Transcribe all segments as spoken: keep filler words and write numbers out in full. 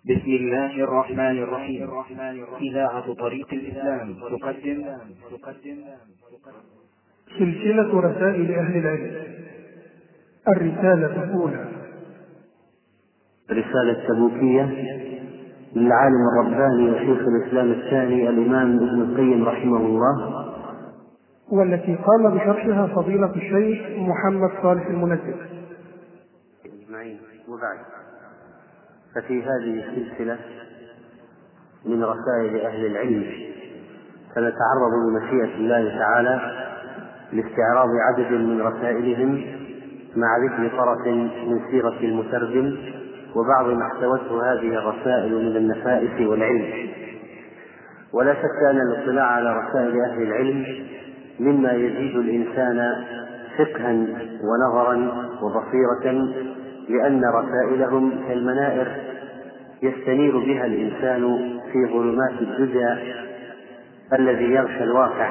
بسم الله الرحمن الرحيم. إذاعة طريق الإسلام تقدم سلسلة رسائل أهل العلم. الرسالة الأولى رسالة تبوكية للعالم الرباني وشيخ الإسلام الثاني الإمام ابن القيم رحمه الله، والتي قام بشرحها فضيلة الشيخ محمد صالح المنزل أجمعين. وبعد، ففي هذه السلسلة من رسائل أهل العلم سنتعرض بمشيئة الله تعالى لاستعراض عدد من رسائلهم مع ذكر طرف من سيرة المترجم وبعض ما احتوته هذه الرسائل من النفائس والعلم. ولا شك أن الاطلاع على رسائل أهل العلم مما يزيد الإنسان فقها ونظرا وبصيرة، لأن رسائلهم كالمنائر يستنير بها الإنسان في ظلمات الدجى الذي يغشى الواقع،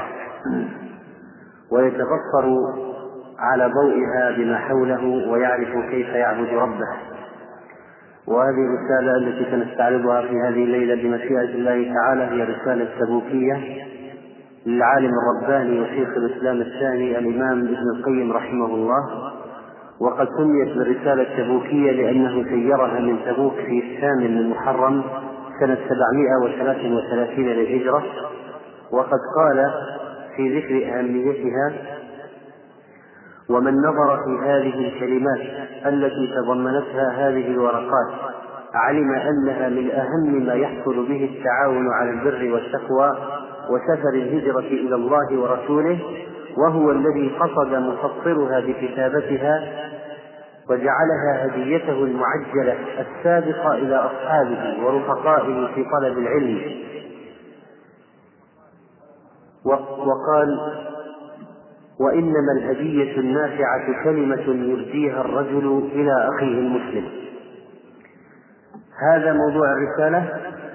ويتبصر على ضوئها بما حوله ويعرف كيف يعبد ربه. وهذه الرسالة التي سنستعرضها في هذه الليلة بمشيئة الله تعالى هي رسالة تبوكية للعالم الرباني وشيخ الإسلام الثاني الإمام ابن القيم رحمه الله. وقد سميت بالرسالة التبوكية لأنه سيرها من تبوك في الثامن من محرم سنة سبعمائة وثلاث وثلاثين للهجرة. وقد قال في ذكر أهميتها: ومن نظر في هذه الكلمات التي تضمنتها هذه الورقات علم أنها من أهم ما يحصل به التعاون على البر والتقوى وسفر الهجرة إلى الله ورسوله، وهو الذي قصد مسطرها بكتابتها وجعلها هديته المعجلة السابقة إلى أصحابه ورفقائه في طلب العلم. وقال: وإنما الهدية النافعة كلمة يهديها الرجل إلى أخيه المسلم. هذا موضوع الرسالة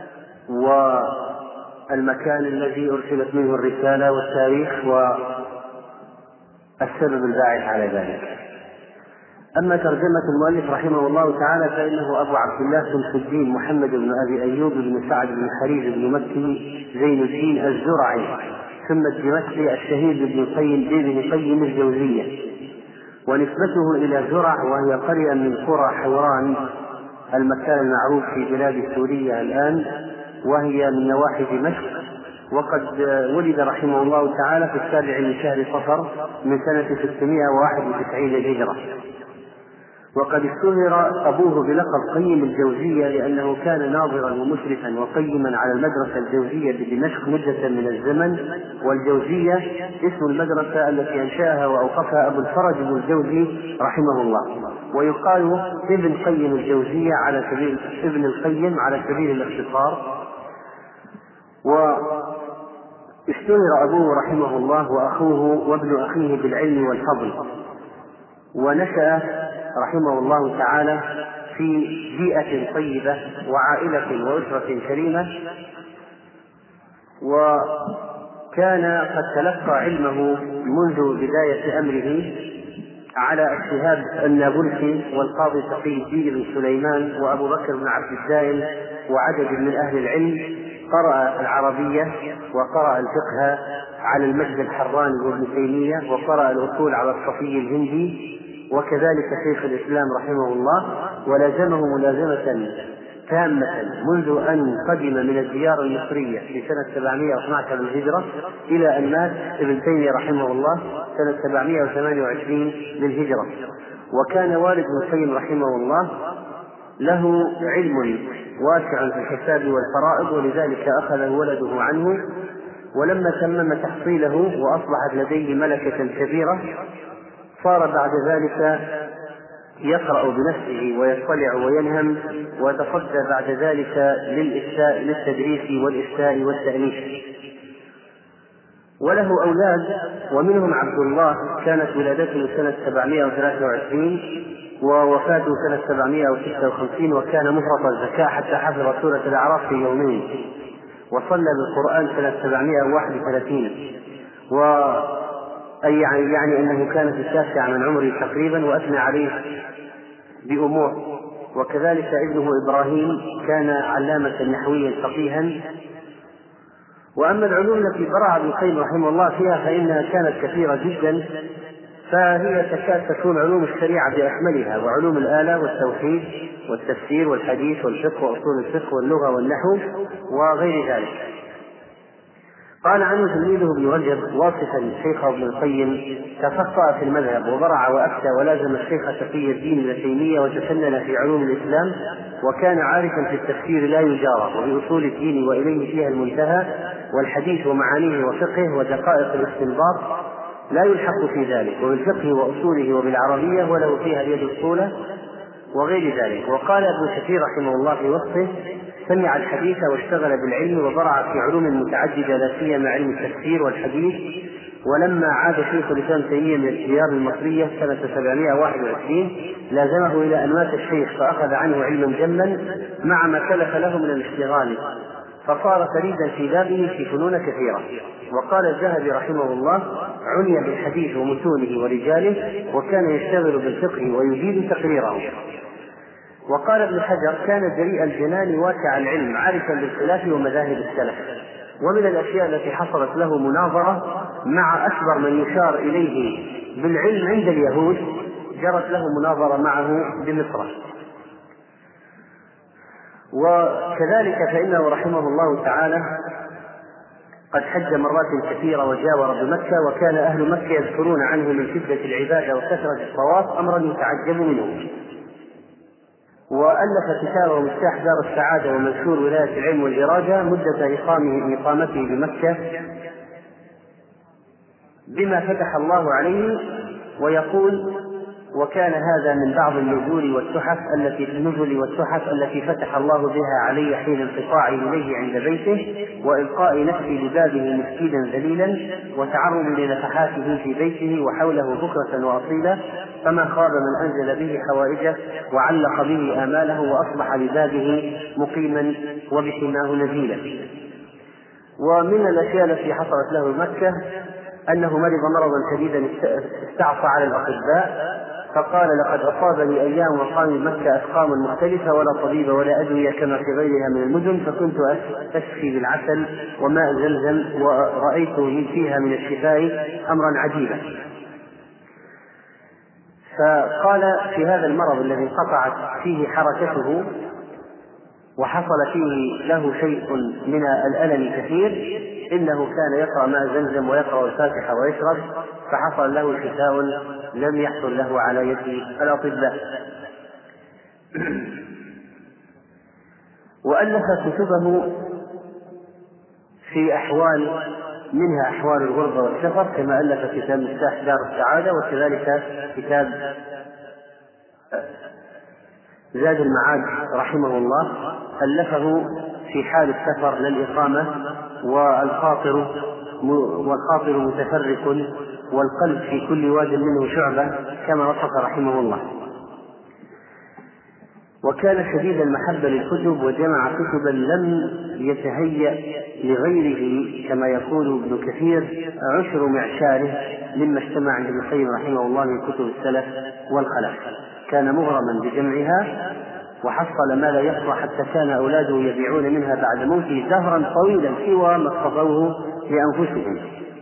والمكان الذي أرسلت منه الرسالة والتاريخ والسبب الباعث على ذلك. أما ترجمة المؤلف رحمه الله تعالى فإنه أبو عبد الله شمس الدين محمد بن أبي أيوب بن سعد بن حريز بن مكي زين الدين الزرعي ثم الدمشقي الشهيد بن القيم بن قيم الجوزية، ونسبته إلى زرع وهي قرية من قرى حوران المكان المعروف في بلاد سوريا الآن، وهي من نواحي دمشق. وقد ولد رحمه الله تعالى في السابع من شهر صفر من سنة ستمائة وواحد وتسعين للهجرة. وقد اشتهر أبوه بلقب قيم الجوزية لأنه كان ناظرا ومشرفا وقيما على المدرسة الجوزية بدمشق مدة من الزمن. والجوزية اسم المدرسة التي أنشأها وأوقفها أبو الفرج بن الجوزي رحمه الله، ويقال ابن قيم الجوزية على سبيل ابن القيم على سبيل الاختصار. واشتهر أبوه رحمه الله وأخوه وابن أخيه بالعلم والفضل، ونشأ رحمه الله تعالى في بيئة طيبة وعائلة وأسرة كريمة، وكان قد تلقى علمه منذ بداية أمره على الشهاب النابلسي والقاضي تقي الدين بن سليمان وأبو بكر بن عبد الدائم وعدد من أهل العلم. قرأ العربية وقرأ الفقه على المجد الحراني وابن تيمية، وقرأ الأصول على الصفي الهندي، وكذلك شيخ الإسلام رحمه الله، ولازمه ملازمة تامة منذ أن قدم من الديار المصرية في سنة سبعمائة واثني عشر للهجرة إلى أن مات ابن تيمية رحمه الله سنة سبعمائة وثمانية وعشرين للهجرة. وكان والد ابن القيم رحمه الله له علم واسع في الحساب والفرائض، ولذلك أخذ ولده عنه. ولما تمم تحصيله وأصبحت لديه ملكة كبيرة صار بعد ذلك يقرأ بنفسه ويطلع وينهم، وتصدى بعد ذلك للإفتاء للتدريس والإفتاء والتأليف. وله أولاد، ومنهم عبد الله كانت ولادته سنة سبعمائة وثلاثة وعشرين ووفاته سنة سبعمائة وستة وخمسين، وكان مفرط الزكاة حتى حفظ سورة الأعراف في يومين، وصلى بالقرآن سنة سبعمائة وواحد وثلاثين، و أي يعني, يعني أنه كان في التاسع من عمره تقريبا، وأثنى عليه بأمور. وكذلك ابنه إبراهيم كان علامة نحويا فقيها. وأما العلوم التي برع ابن القيم رحمه الله فيها فإنها كانت كثيرة جدا، فهي تكاد تكون علوم الشريعة بأكملها، وعلوم الآلة والتوحيد والتفسير والحديث والفقه وأصول الفقه واللغة والنحو وغير ذلك. قال عنه تلميذه ابن رجب واصفا شيخه ابن القيم: تفقه في المذهب وبرع وأفتى ولازم الشيخ تقي الدين ابن تيمية وتفنن في علوم الإسلام، وكان عارفا في التفسير لا يجارى، وبأصول الدين وإليه فيها المنتهى، والحديث ومعانيه وفقه ودقائق الاستنباط لا يلحق في ذلك، وبالفقه وأصوله وبالعربية وله فيها اليد الطولة وغير ذلك. وقال ابن كثير رحمه الله في وصفه: سمع الحديث واشتغل بالعلم وبرع في علوم متعددة لا سيما علم التفسير والحديث. ولما عاد شيخ الإسلام تيمية من الديار المصرية سنة سبعمائة وواحد وعشرين لازمه إلى أن مات الشيخ، فأخذ عنه علما جما مع ما كلف له من الاشتغال، فصار فريدا في بابه في فنون كثيرة. وقال الذهبي رحمه الله: عني بالحديث ومتونه ورجاله، وكان يشتغل بالفقه ويجيد تقريره. وقال ابن حجر: كان جريء الجنان واسع العلم عارفا بالخلاف ومذاهب السلف. ومن الأشياء التي حصلت له مناظرة مع أكبر من يشار إليه بالعلم عند اليهود، جرت له مناظرة معه بمصر. وكذلك فإنه رحمه الله تعالى قد حج مرات كثيرة وجاور بمكة، وكان أهل مكة يذكرون عنه من شدة العبادة وكثرة الطواف أمرا يتعجب منه. وألف كتابه مفتاح دار السعادة ومنشور ولاية العلم والإرادة مدة إقامه إقامته بمكة بما فتح الله عليه، ويقول: وكان هذا من بعض النزول والتحف التي النزل والتحف التي فتح الله بها علي حين انقطاعي إليه عند بيته، وإلقاء نفسي لبابه مسكينا ذليلا، وتعرض لنفحاته في بيته وحوله بكرة وأصيلا، فما خاب من أنزل به حوائجه وعلق به آماله، وأصبح ببابه مقيما وبحماه نزيلا. ومن الأشياء التي حصلت له مكة أنه مرض مرضا شديدا استعصى على الأطباء، فقال: لقد أصابني أيام وقام مكة أسقام مختلفة ولا طبيب ولا أدوية كما في غيرها من المدن، فكنت أشفي بالعسل وماء زمزم، ورأيت من فيها من الشفاء أمرا عجيبا. فقال في هذا المرض الذي انقطعت فيه حركته وحصل فيه له شيء من الألم كثير، إنه كان يقرأ ماء زمزم ويقرأ الفاتحة ويشرب، فحصل له شفاء لم يحصل له على يد الأطباء. وألف كتبه في أحوال، منها أحوال الغربة والسفر، كما ألف كتاب مفتاح دار السعادة، وكذلك كتاب زاد المعاد رحمه الله ألفه في حال السفر للإقامة، والخاطر والخاطر متفرق، والقلب في كل واد منه شعبة، كما وصف رحمه الله. وكان شديد المحبة للكتب، وجمع كتبا لم يتهيأ لغيره كما يقول ابن كثير عشر معشاره مما اجتمع عند ابن القيم رحمه الله من كتب السلف والخلف. كان مغرما بجمعها وحصل ما لا يحصى، حتى كان أولاده يبيعون منها بعد موته دهرا طويلا سوى ما اقتضوه لأنفسهم.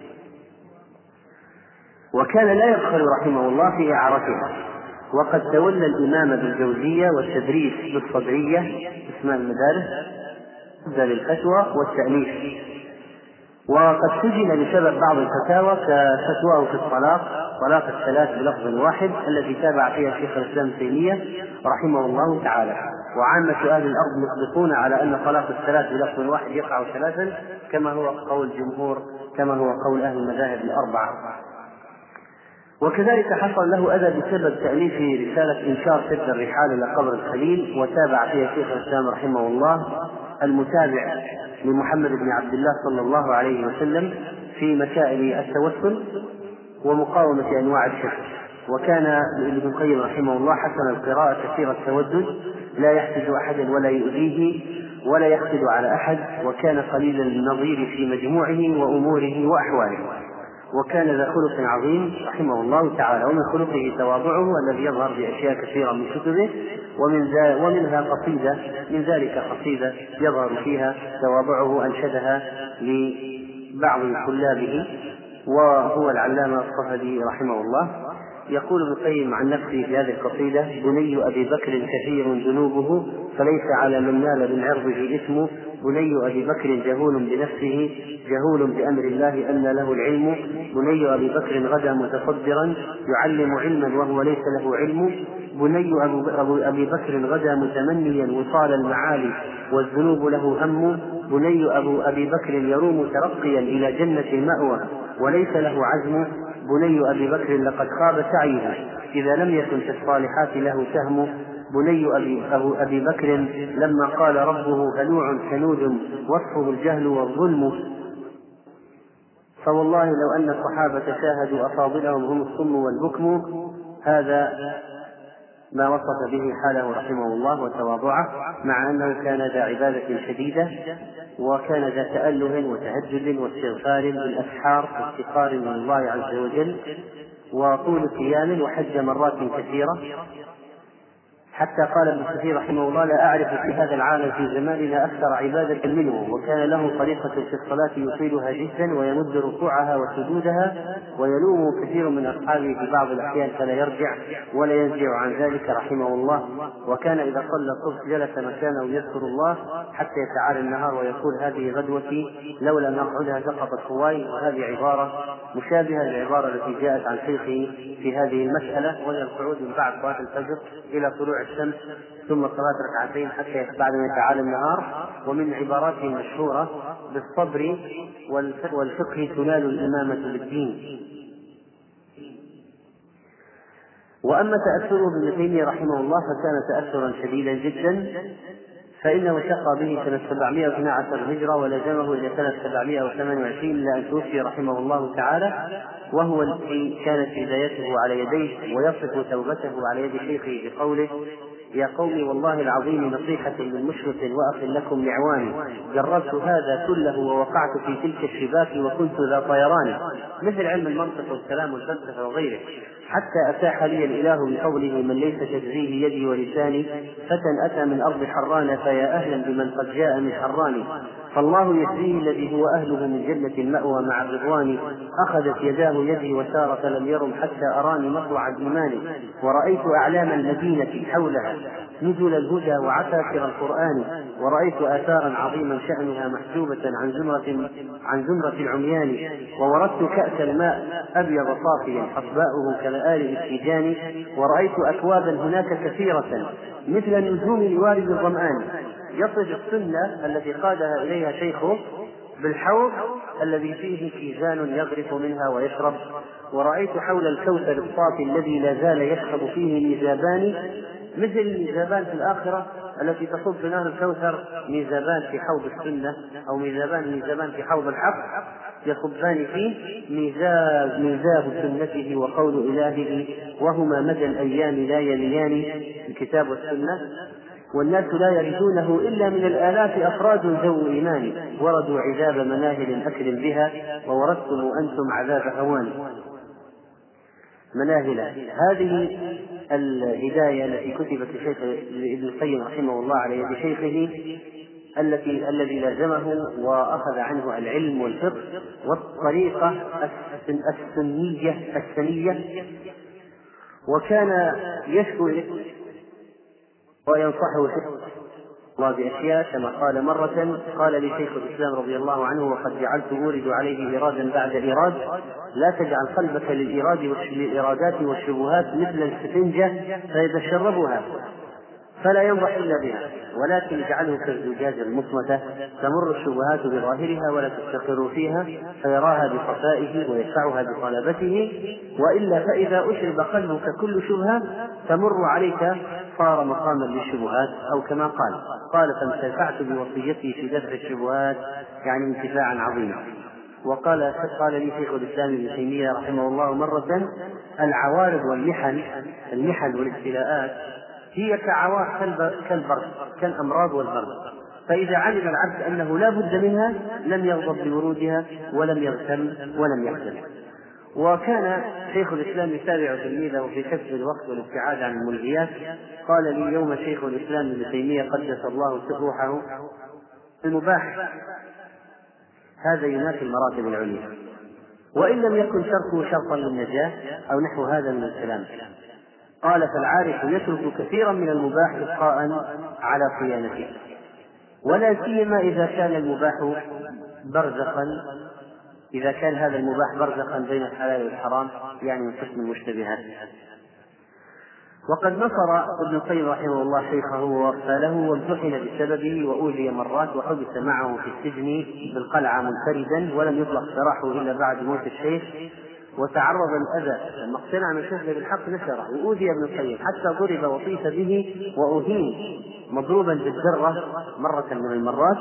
وكان لا يبخل رحمه الله في إعارتها، وقد تولى الإمامة بالجوزية والتدريس بالصدرية اسمها المدارس للفتوى والتأليف. وقد سجن بسبب بعض الفتاوى كفتواه في الطلاق، طلاق الثلاث بلفظ واحد، التي تابع فيها شيخ الإسلام تيمية رحمه الله تعالى. وعامة أهل الأرض مطلقون على أن طلاق الثلاث بلفظ واحد يقع ثلاثا، كما هو قول الجمهور، كما هو قول أهل المذاهب الأربعة. وكذلك حصل له أذى بسبب تأليف رسالة إنشار سد الرحال إلى قبر الخليل، وتابع فيها شيخ الإسلام رحمه الله المتابع لمحمد بن عبد الله صلى الله عليه وسلم في مسائل التوسل ومقاومة أنواع الشرك. وكان ابن القيم رحمه الله حسن القراءة كثير التودد، لا يحسد أحدا ولا يؤذيه ولا يحسد على أحد، وكان قليل النظير في مجموعه وأموره وأحواله. وكان ذا خلق عظيم رحمه الله تعالى. ومن خلقه تواضعه الذي يظهر بأشياء كثيرة من كتبه، ومن ومنها قصيدة من ذلك قصيدة يظهر فيها تواضعه أنشدها لبعض طلابه، وهو العلامة الصفدي رحمه الله. يقول ابن القيم عن نفسه في هذه القصيدة: بني أبي بكر كثير ذنوبه فليس على من نال من عرضه إثم، بني أبي بكر جهول بنفسه جهول بأمر الله أن له العلم، بني أبي بكر غدا متصدرا يعلم علما وهو ليس له علم، بني أبو أبي بكر غدا متمنيا وصال المعالي والذنوب له هم، بني أبو أبي بكر يروم ترقيا إلى جنة المأوى وليس له عزم، بني أبي بكر لقد خاب سعيه إذا لم يكن في الصالحات له سهم، بني أبي, أبو أبي بكر لما قال ربه هلوع كنود وصفه الجهل والظلم، فوالله لو أن الصحابة شاهدوا أفاضلهم هم الصم والبكم، هذا ما وصف به حاله رحمه الله وتواضعه، مع أنه كان ذا عبادة شديدة، وكان ذا تأله وتهجد واستغفار بالأسحار وافتقار من الله عز وجل وطول قيام، وحج مرات كثيرة، حتى قال ابن كثير رحمه الله: لا أعرف في هذا العالم في زماننا أكثر عبادة منه. وكان له طريقة في الصلاة يطيلها جدا ويمد ركوعها وسجودها، ويلومه كثير من أصحابه في بعض الأحيان فلا يرجع ولا ينزع عن ذلك رحمه الله. وكان إذا صلى الصبح جلس مكانه يذكر الله حتى يتعالى النهار ويقول: هذه غدوتي لولا أن أقعدها سقطت هواي. وهذه عبارة مشابهة للعبارة التي جاءت عن شيخه في هذه المسألة، وهي القعود من بعد صلاة الفجر إلى طلوع الشمس ثم صلاة ركعتين حتى بعد ما يتعالى النهار. ومن عباراته المشهورة: بالصبر والفقه تنال الإمامة بالدين. وأما تأثره بابن تيمية رحمه الله فكان تأثرا شديدا جدا، فإنه شقى به سنة سبعمائة واثني عشر هجرة ولزمه إلى سنة سبعمائة وثمانية وعشرين إلى أن توفي رحمه الله تعالى، وهو الذي كانت هدايته على يديه. ويصف توبته على يد شيخه بقوله: يا قوم والله العظيم نصيحة من مشرق وأخ لكم معوان، جربت هذا كله ووقعت في تلك الشباك وكنت ذا طيران، مثل علم المنطق والكلام والفلسفة وغيره، حتى أتاح لي الإله بفضله من ليس تجزيه يدي ولساني، فتى أتى من أرض حران فيا أهلا بمن قد جاء من حران، فالله يجزيه الذي هو أهله من جنة المأوى مع الرضوان، أخذت يداه يدي وسار فلم يرم حتى أراني مطلع الإيمان، ورأيت أعلام المدينة حولها نزل الهدى وعساكر القرآن، ورأيت آثارا عظيما شأنها محجوبة عن زمرة عن زمرة العميان، ووردت كأس الماء أبيض صافيا أصباؤه كالآل السجان، ورأيت أكوابا هناك كثيرة مثل النجوم لوارد الظمآن. يصف السنة التي قادها إليها شيخه بالحوض الذي فيه كيزان يغرف منها ويشرب، ورأيت حول الكوثر الصافي الذي لا زال يشرب فيه ميزابان، مثل الميزابان في الآخرة التي تصب في نهر الكوثر، ميزابان في حوض السنة أو ميزابان ميزابان في حوض الحق يصبان فيه، ميزاب ميزاب سنته وقول إلهه، وهما مدى الأيام لا يليان، الكتاب والسنة، والناس لا يردونه إلا من الآلاف أفراد ذو إيمان، وردوا عذاب مناهل أكرم بها، ووردتم أنتم عذاب هوان. مناهل هذه الهداية التي كتبت الشيخ ابن القيم رحمه الله على يد شيخه التي الذي لازمه وأخذ عنه العلم والفقه والطريقة السنية السنية، وكان يشكو وينصحه الله بأشياء كما قال مرة، قال لي شيخ الإسلام رضي الله عنه: وقد جعلت أورد عليه إرادا بعد إيراد، لا تجعل قلبك للإرادات والشبهات مثل السفنجة فيتشربها فلا ينضح إلا بها، ولكن اجعله كالزجاج المصمتة تمر الشبهات بظاهرها ولا تستقر فيها، فيراها بصفائه ويدفعها بطلبته، وإلا فإذا أشرب قلبك كل شبهة تمر عليك صار مقاما للشبهات، أو كما قال قال فانتفعت بوصيتي في دفع الشبهات، يعني انتفاعا عظيما. وقال قال لي شيخ الإسلام ابن تيمية رحمه الله مرة: العوارض والمحن المحن والابتلاءات هي كالبرد كالأمراض والبرد، فإذا علم العبد أنه لا بد منها لم يغضب لورودها ولم يغتم ولم يحزن. وكان شيخ الإسلام يتابع تلميذه في حفظ الوقت والابتعاد عن الملهيات. قال لي يوم شيخ الإسلام ابن تيمية قدس الله روحه: المباح هذا ينافي المراتب العليا، وإن لم يكن تركه شرطا للنجاة أو نحو هذا من الكلام. قال: فالعارف يترك كثيرا من المباح إبقاء على صيانته، ولا سيما إذا كان المباح برزخا إذا كان هذا المباح برزخا بين الحلال والحرام، يعني من قسم المشتبهات. وقد نصر ابن القيم رحمه الله شيخه وارساله، وامتحن بسببه وأوذي مرات، وحبس معه في السجن بالقلعة منفردا، ولم يطلق سراحه إلا بعد موت الشيخ، وتعرض الأذى لما اقتنع من شيخه بالحق نشره. وأوذي ابن القيم حتى ضرب وطيف به وأهين مضروبا بالذرة مرة من المرات.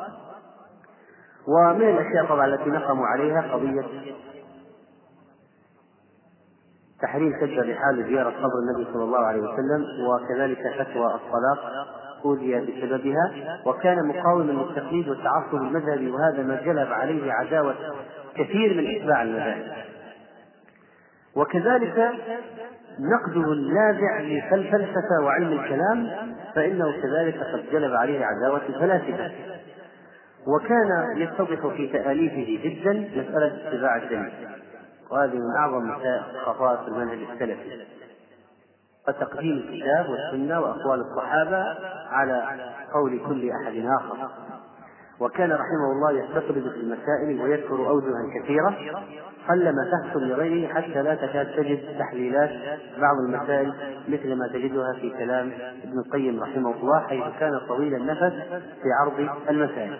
ومن الأشياء طبعا التي نقموا عليها قضية تحريم سد الرحال لزيارة قبر النبي صلى الله عليه وسلم، وكذلك فتوى الطلاق أوذي بسببها، وكان مقاوما للتقليد والتعصب المذهبي، وهذا ما جلب عليه عداوة كثير من أتباع المذاهب. وكذلك نقده اللاذع للفلسفة وعلم الكلام، فإنه كذلك قد جلب عليه عداوة الفلاسفة. وكان يتضح في تأليفه جدا مسألة اتباع الدليل، وهذه من أعظم خصائص المنهج السلفي، فتقديم الكتاب والسنة وأقوال الصحابة على قول كل أحد آخر. وكان رحمه الله يستطرد في المسائل ويذكر أوجها كثيرة قلما تحصل لغيره، حتى لا تكاد تجد تحليلات بعض المسائل مثل ما تجدها في كلام ابن القيم رحمه الله، حيث كان طويل النفس في عرض المسائل.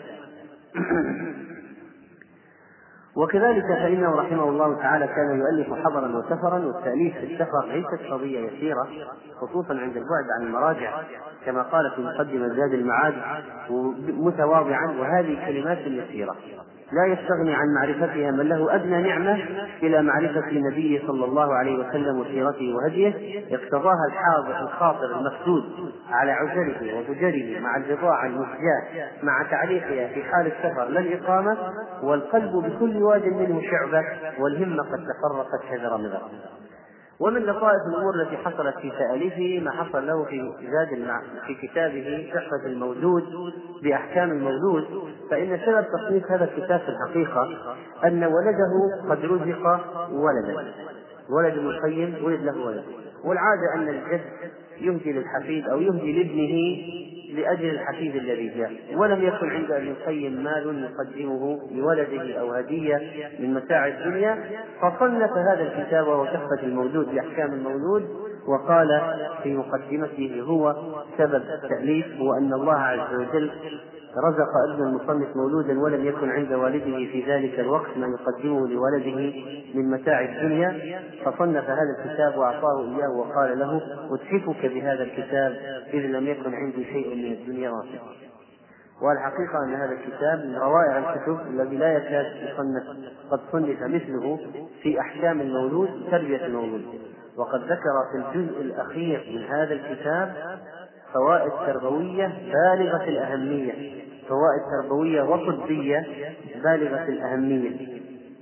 وكذلك فإنه رحمه الله تعالى كان يؤلف حضرا وسفرا، والتأليف في السفر ليست قضية يسيرة، خصوصا عند البعد عن المراجع، كما قال في مقدمة زاد المعاد متواضعا: وهذه كلمات يسيرة لا يستغني عن معرفتها من له أدنى نعمة إلى معرفة النبي صلى الله عليه وسلم وسيرته وهديه، اقتضاها الحاضر الخاطر المقصود على عذره وفجره مع البضاعة المسجاة مع تعليقها في حال السفر لا الإقامة، والقلب بكل واد منه شعبة، والهمة قد تفرقت كذر مذر. ومن لطائف الأمور التي حصلت في تأليفه ما حصل له في زاد المع... في كتابه تحفة المولود بأحكام المولود، فإن سبب تصنيف هذا الكتاب في الحقيقة أن ولده قد رزق ولدا، ولد ابن القيم ولد له ولد، والعادة أن الجد يهدي للحفيد أو يهدي لابنه لأجل الحفيد الذي جاء، ولم يكن عند ابن القيم مال يقدمه لولده أو هدية من متاع الدنيا، فصنف هذا الكتاب وهو تحفة المولود بأحكام المولود. وقال في مقدمته: هو سبب التأليف هو أن الله عز وجل رزق ابن المصنف مولودا ولم يكن عند والده في ذلك الوقت ما يقدمه لولده من متاع الدنيا، فصنف هذا الكتاب وأعطاه إياه وقال له: أتحفك بهذا الكتاب إذ لم يكن عندي شيء من الدنيا واصف. والحقيقة أن هذا الكتاب من روائع الكتب الذي لا يكاد يصنف قد صنف مثله في أحكام المولود تربية المولود. وقد ذكر في الجزء الأخير من هذا الكتاب فوائد تربوية بالغة الأهمية، فوائد تربوية وطبية بالغة الأهمية.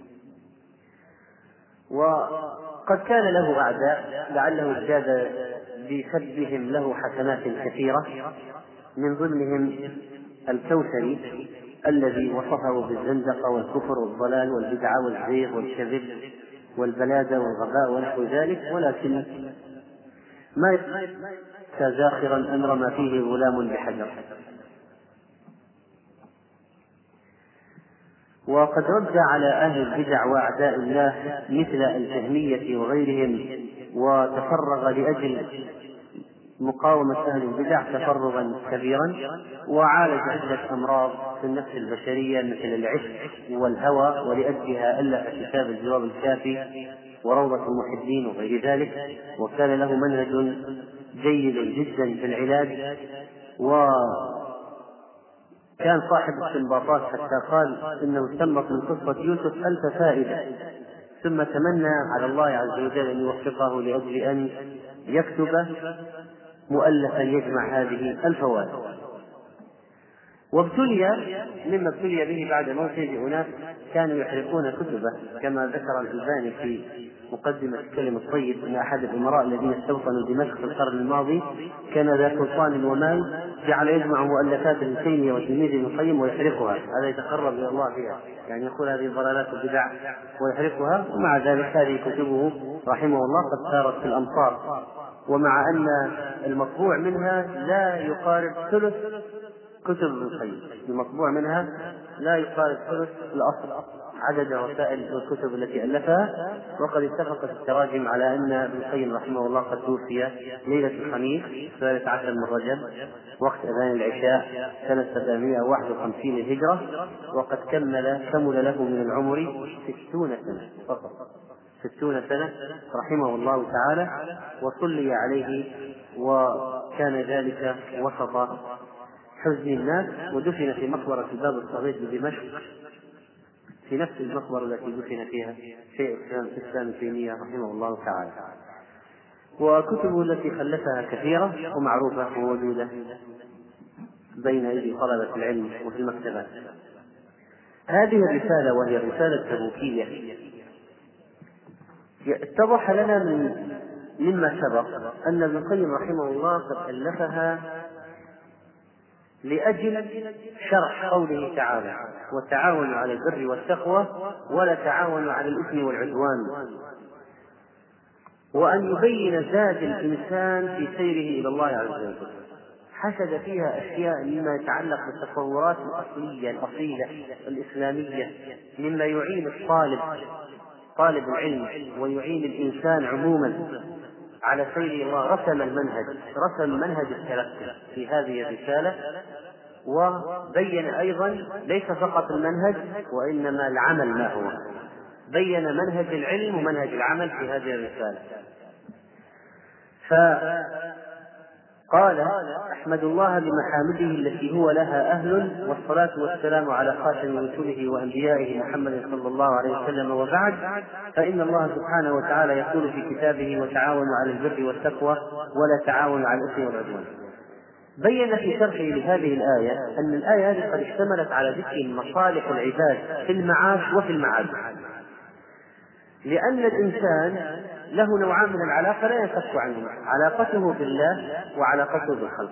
وقد كان له أعداء لعله ازداد بسبهم له حسنات كثيرة، من ضمنهم الكوثري الذي وصفه بالزندقة والكفر والضلال والبدعة والزيغ والكذب والبلادة والغباء ونحو ذلك، ولكن ما كزاخرا أمر ما فيه غلام بحجر. وقد رد على أهل البدع وأعداء الله مثل الجهمية وغيرهم، وتفرغ لأجل مقاومة أهل البدع تفرغا كبيرا، وعالج عدة أمراض في النفس البشرية مثل العشق والهوى، ولأجلها ألف كتاب الجواب الكافي وروضة المحبين وغير ذلك. وكان له منهج جيد جدا في العلاج، وكان صاحب استنباطات حتى قال إنه استنبط من قصة يوسف ألف فائدة، ثم تمنى على الله عز وجل أن يوفقه لأجل أن يكتب مؤلفا يجمع هذه الفوائد. وابتلي مما ابتلي به بعد موته بأناس كانوا يحرقون كتبه، كما ذكر الألباني في مقدمة الكلم الطيب أن أحد الأمراء الذين استوطنوا دمشق في القرن الماضي كان ذا سلطان ومال، جعل يجمع مؤلفات ابن تيمية وتلميذه ابن القيم ويحرقها، هذا يتقرب إلى الله بها، يعني يقول هذه ضلالات البدع ويحرقها، ومع ذلك هذه كتبه رحمه الله قد سارت في الأمصار، ومع أن المطبوع منها لا يقارب ثلث كتب ابن القيم، المطبوع منها لا يقارب ثلث الأصل عدد رسائل الكتب التي ألفها. وقد اتفقت التراجم على أن ابن القيم رحمه الله قد توفي ليلة الخميس الثالث عشر من رجب وقت أذان العشاء سنة سبعمائة وواحد وخمسين الهجرة، وقد كمل كمل له من العمر ستون سنة فقط، ستون سنة رحمه الله تعالى، وصلي عليه، وكان ذلك وسط حزن الناس، ودفن في مقبرة الباب الصغير بدمشق في نفس المقبرة التي دفن فيها شيخ الإسلام ابن تيمية رحمه الله تعالى. وكتبه التي خلفها كثيرة ومعروفة وموجودة بين أيدي طلبة العلم وفي المكتبات. هذه الرسالة وهي الرسالة التبوكية اتضح لنا من مما سبق أن ابن القيم رحمه الله قد ألفها لأجل شرح قوله تعالى: وتعاونوا على البر والتقوى ولا تعاونوا على الإثم والعدوان، وأن يبين زاد الإنسان في سيره إلى الله عز وجل. حشد فيها أشياء مما يتعلق بالتصورات الأصلية الأصيلة الإسلامية، مما يعين الطالب طالب العلم ويعين الإنسان عموما على سير الله. رسم المنهج رسم منهج التلقي في هذه الرسالة، وبين أيضا ليس فقط المنهج وإنما العمل ما هو، بين منهج العلم ومنهج العمل في هذه الرسالة. فقال: أحمد الله بمحامده التي هو لها أهل، والصلاة والسلام على خاتم رسله وأنبيائه محمد صلى الله عليه وسلم، وبعد، فإن الله سبحانه وتعالى يقول في كتابه: وتعاونوا على البر والتقوى ولا تعاونوا على الإثم والعدوان. بين في شرحه لهذه الآية أن الآية هذه قد اشتملت على ذكر مصالح العباد في المعاش وفي المعاد، لأن الإنسان له نوعان من العلاقة لا ينفك عنهما: علاقته بالله وعلاقته بالخلق.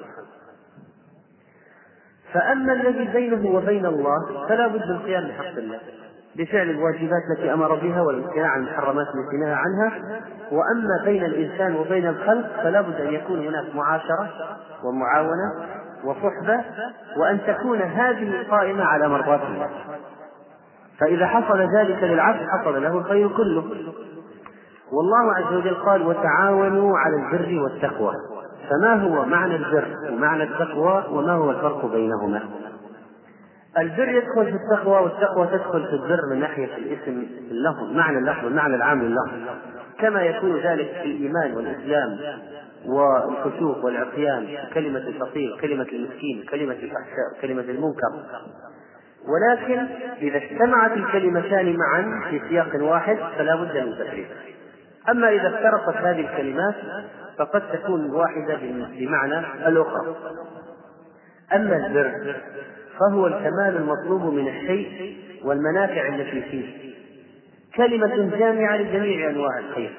فأما الذي بينه وبين الله فلا بد من القيام بحق الله بفعل الواجبات التي أمر بها والامتناع عن المحرمات التي نهى عنها. وأما بين الإنسان وبين الخلق فلا بد أن يكون هناك معاشرة ومعاونة وصحبة، وأن تكون هذه قائمة على مرضاة الله. فإذا حصل ذلك للعبد حصل له الخير كله. والله عز وجل قال: وتعاونوا على البر والتقوى. فما هو معنى البر ومعنى التقوى وما هو الفرق بينهما؟ البر يدخل في التقوى، والتقوى تدخل في البر من ناحية الاسم اللفظ، معنى اللفظ، المعنى العام لللفظ، كما يكون ذلك في الإيمان والإسلام والخشوع والعصيان، كلمة الفقير، كلمة المسكين، كلمة الفحشاء، كلمة المنكر. ولكن إذا اجتمعت الكلمتان معا في سياق واحد فلا بد من تفريق. أما إذا افترقت هذه الكلمات فقد تكون واحدة بمعنى الأخرى. أما البر فهو الكمال المطلوب من الشيء والمنافع التي فيه، كلمة جامعة لجميع أنواع الخير،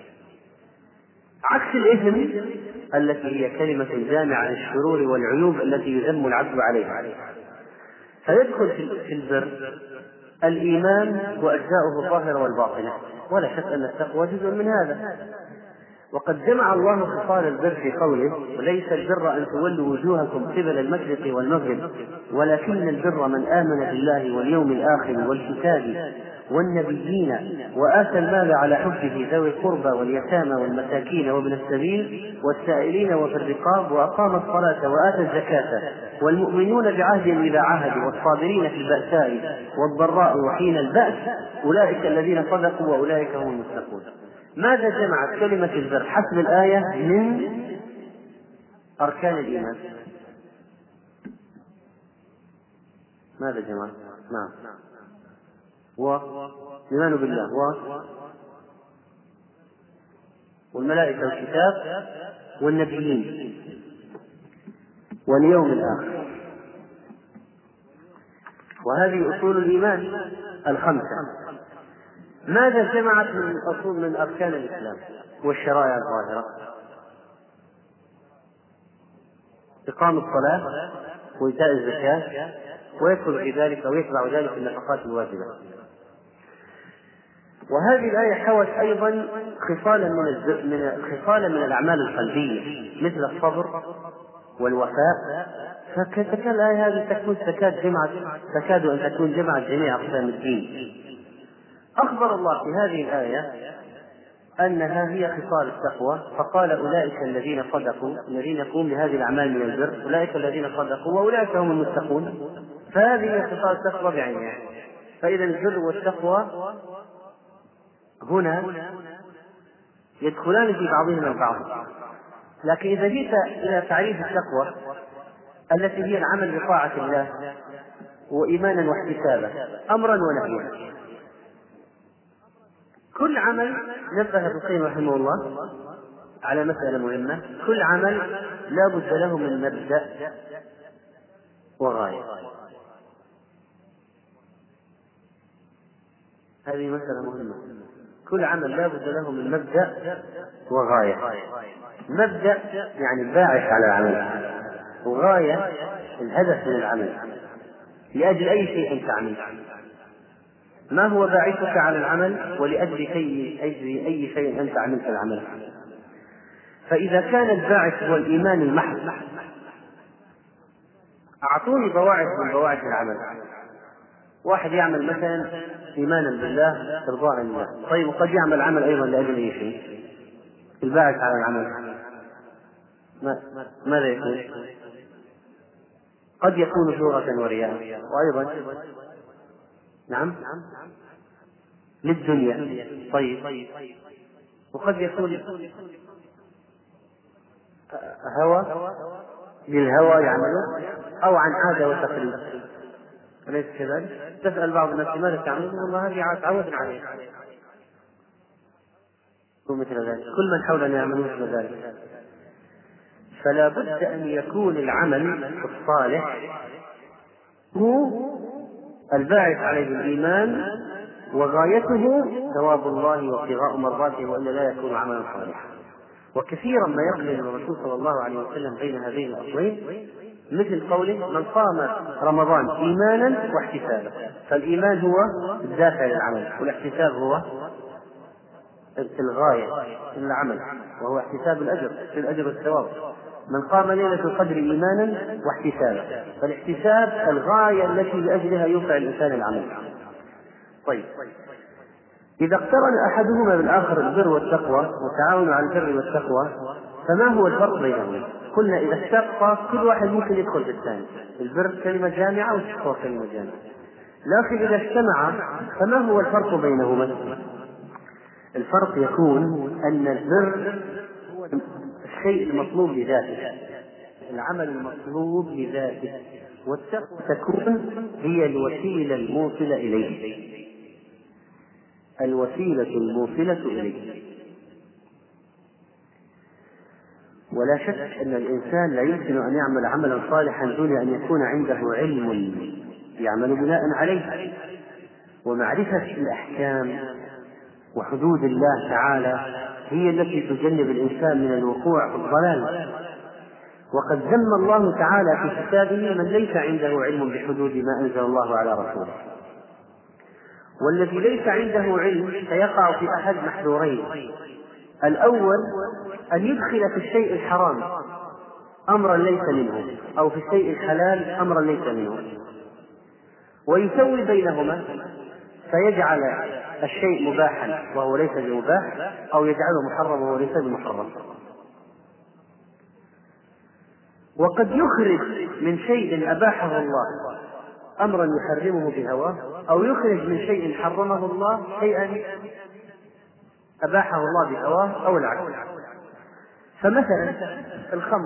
عكس الإثم التي هي كلمة جامعة للشرور والعيوب التي يذم العبد عليها. فيدخل في البر الإيمان وأجزاؤه الظاهرة والباطنة، ولا شك أن التقوى جزء من هذا. وقد جمع الله خصال البر في قوله: وليس البر أن تولوا وجوهكم قبل المشرق والمغرب ولكن البر من آمن بالله واليوم الآخر والكتاب والنبيين وآتى المال على حبه ذوي القربى واليتامى والمساكين وابن السبيل والسائلين وفي الرقاب وأقام الصلاة وآتى الزكاة والمؤمنون بعهدهم إذا عاهدوا والصابرين في البأساء والضراء وحين البأس أولئك الذين صدقوا وأولئك هم المتقون. ماذا جمعت كلمة البر حسب الآية من أركان الإيمان؟ ماذا جمعت؟ نعم، والإيمان بالله و والملائكة والكتاب والنبيين واليوم الآخر. وهذه أصول الإيمان الخمسة. ماذا جمعت من أصول من أركان الإسلام والشرائع الظاهرة؟ إقام الصلاة وإيتاء الزكاة، ويدخل في ذلك أو يتبع ذلك النفقات الواجبة. وهذه الآية حوت أيضا خصالا من من خصالا من الأعمال القلبية مثل الصبر والوفاء، فكذلك الآية هذه تكون تكاد جمعت تكاد أن تكون جمعت جميع أقسام الدين. أخبر الله في هذه الآية أنها هي خصال التقوى، فقال أولئك الذين صدقوا، الذين يقومون بهذه الأعمال من البر، أولئك الذين صدقوا وأولئك هم المتقون. فهذه هي خصال التقوى بعينها. فإذا البر والتقوى هنا يدخلان في بعضهما البعض. لكن إذا جئت إلى تعريف التقوى التي هي العمل بطاعة الله وإيمانا واحتسابا أمرا ونهيا، كل عمل نبه ابن القيم رحمه الله على مسألة مهمة: كل عمل لا بد له من مبدأ وغاية. هذه مسألة مهمة. كل عمل لا بد له من مبدأ وغاية. مبدأ يعني الباعث على العمل، وغاية الهدف من العمل، لأجل أي شيء تعمل. ما هو باعثك على العمل ولأجل أي أي شيء أنت عملت العمل. فإذا كان الباعث هو الإيمان المحض، أعطوني بواعث من بواعث العمل. واحد يعمل مثلا إيمانا بالله إرضاء لله، طيب وقد يعمل عمل أيضا لأجل أي شيء. الباعث على العمل ماذا يكون؟ قد يكون شهرة ورياء، وأيضا نعم للدنيا. طيب وقد يكون هوى للهوى يعمله، أو عن عادة وتقليد، أليس كذلك؟ تسأل بعض الناس ماذا تعمل؟ والله هذه عودنا عليه، ومثل ذلك كل من حولنا يعملون مثل ذلك. فلا بد أن يكون العمل الصالح هو الباعث عليه الإيمان، وغايته ثواب الله وابتغاء مرضاته، وإلا لا يكون عملا صالحا. وكثيرا ما يقرن الرسول صلى الله عليه وسلم بين هذين الأصلين، مثل قوله: من قام رمضان إيمانا واحتسابا. فالإيمان هو الدافع للعمل، والاحتساب هو الغاية من العمل، وهو احتساب الأجر في الأجر والثواب. من قام ليلة القدر إيمانا واحتسابا، فالاحتساب الغاية التي لأجلها يوقع الإنسان العمل. طيب، إذا اقترن أحدهما بالآخر البر والتقوى وتعاونوا على البر والتقوى، فما هو الفرق بينهما؟ قلنا إذا اشتق كل واحد ممكن يدخل في الثاني، البر كلمة جامعة والتقوى كلمة جامعة. لكن إذا اجتمع فما هو الفرق بينهما؟ الفرق يكون أن البر هو الشيء المطلوب لذاته، العمل المطلوب لذاته، والتقوى تكون هي الوسيلة الموصلة إليه، الوسيلة الموصلة إليه. ولا شك أن الإنسان لا يمكن أن يعمل عملا صالحا دون أن يكون عنده علم يعمل بناء عليه، ومعرفة الأحكام وحدود الله تعالى هي التي تجنب الإنسان من الوقوع في الضلال. وقد ذم الله تعالى في كتابه من ليس عنده علم بحدود ما أنزل الله على رسوله. والذي ليس عنده علم سيقع في أحد محذورين: الأول أن يدخل في الشيء الحرام أمرا ليس منه، أو في الشيء الحلال أمرا ليس منه، ويسوي بينهما فيجعل الشيء مباحا وهو ليس بمباح، أو يجعله محرم وهو ليس بمحرم. وقد يخرج من شيء أباحه الله أمرا يحرمه بهواه، أو يخرج من شيء حرمه الله شيئا أباحه الله بهواه، أو العكس. فمثلا الخمر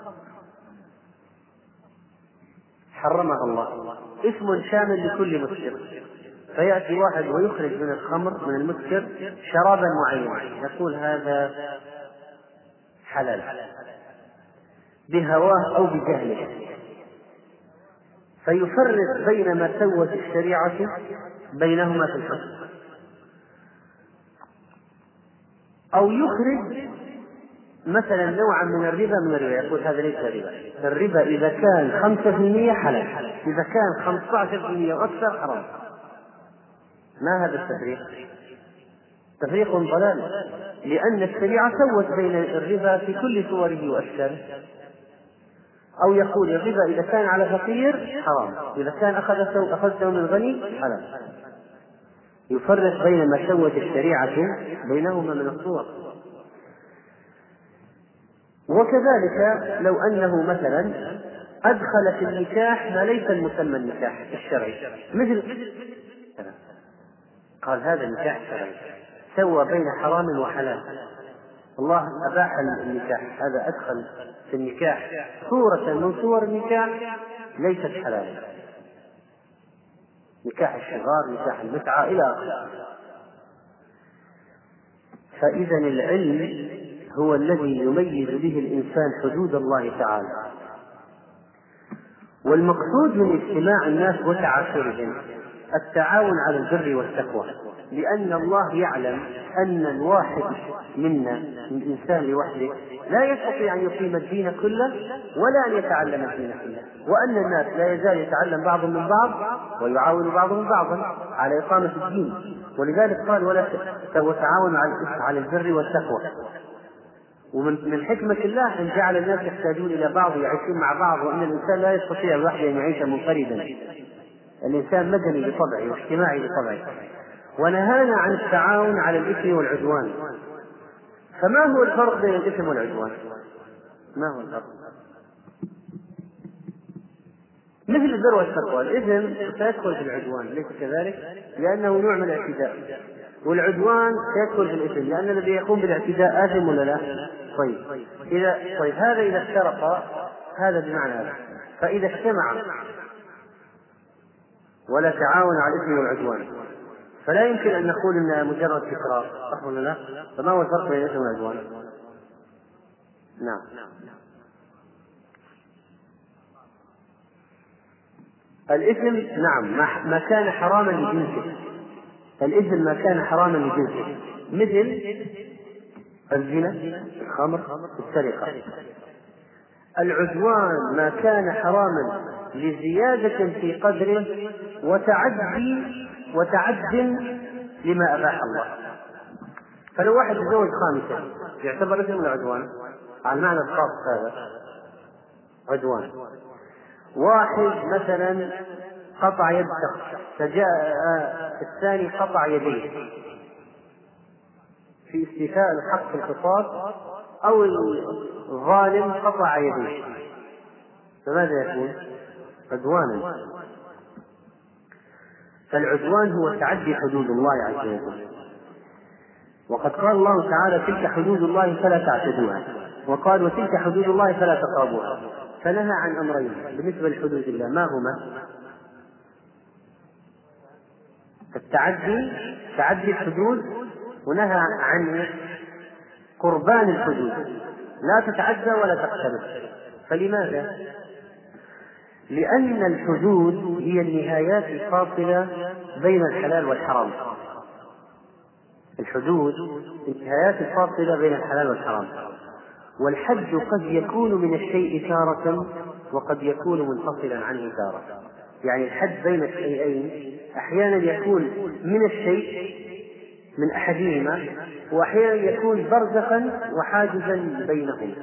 حرمها الله، اسم شامل لكل مسكر، فيأتي واحد ويخرج من الخمر من المسكر شرابا معينا، يقول هذا حلال بهواه أو بجهله، فيفرق بين ما سوت الشريعة بينهما في الحكم، أو يخرج مثلا نوعا من الربا من الربا، يقول هذا ليس ربا. الربا إذا كان خمسة في المية حلال، إذا كان خمسة عشر في المية وأكثر حرام. ما هذا التفريق؟ تفريق ضلال، لأن الشريعة سوت بين الربا في كل صوره وأشكاله. أو يقول الربا إذا كان على فقير حرام، إذا كان أخذته أخذته من غني حلال. يفرق بين ما سوت الشريعة بينهما من الصور. وكذلك لو أنه مثلا أدخل في النكاح ما ليس المسمى النكاح الشرعي، مثل قال هذا نكاح شرعي، سوى بين حرام وحلال. الله أباح النكاح، هذا أدخل في النكاح صورة من صور النكاح ليست حلالا، نكاح الشغار، نكاح المتعة إلى آخره. فإذا العلم هو الذي يميز به الإنسان حدود الله تعالى. والمقصود من اجتماع الناس وتعاشرهم التعاون على البر والتقوى، لأن الله يعلم أن الواحد منا من الإنسان لوحده لا يستطيع أن يقيم الدين كله ولا أن يتعلم الدين كله، وأن الناس لا يزال يتعلم بعضهم من بعض ويعاون بعضهم بعضا على إقامة الدين. ولذلك قال ولا تعاونوا على البر والتقوى. ومن من حكمة الله أن جعل الناس يحتاجون إلى بعض ويعيشون مع بعض، وأن الإنسان لا يستطيع لوحده أن يعيش منفردا. الإنسان مدني بطبعه واجتماعي بطبعه. ونهانا عن التعاون على الإثم والعدوان. فما هو الفرق بين الإثم والعدوان؟ ما هو الفرق؟ مثل البر والتقوى، الإثم سيدخل في العدوان، ليس كذلك؟ لأنه نوع من الاعتداء. والعدوان سيدخل في الإثم، لأن الذي يقوم بالاعتداء آثم ولا لا؟ طيب إذا طيب هذا إذا افترق هذا بمعنى هذا. فإذا اجتمع ولا تعاون على الإثم والعدوان فلا يمكن أن نقول إنها مجرد تكرار، صح ولا لا؟ فما هو الفرق بين الإثم والعدوان؟ نعم. الإثم نعم ما كان حراما لجنسه، الإثم ما كان حراما لجنسه، مثل الزنا، الخمر، السرقة. العدوان ما كان حراما لزيادة في قدره وتعدي وتعد لما أباح الله. فلو واحد يتزوج خامسة يعتبر إثم ولا عدوان؟ على المعنى الخاص هذا عدوان. واحد مثلا قطع يد شخص فجاء الثاني قطع يديه في استيفاء الحق في القصاص، أو الظالم قطع يديه، فماذا يكون؟ عدوانا. فالعدوان هو تعدي حدود الله عز وجل. وقد قال الله تعالى تلك حدود الله فلا تعتدوها، وقال وتلك حدود الله فلا تقربوها. فنهى عن أمرين بالنسبة لحدود الله، ما هما؟ التعدي، تعدي الحدود، ونهى عن قربان الحدود، لا تتعدى ولا تقترب. فلماذا؟ لأن الحدود هي النهايات الفاصلة بين الحلال والحرام. الحدود النهايات الفاصلة بين الحلال والحرام. والحد قد يكون من الشيء تارة وقد يكون منفصلا عنه تارة. يعني الحد بين الشيئين أحيانا يكون من الشيء من أحدهما، وأحيانا يكون برزخا وحاجزا بينهما.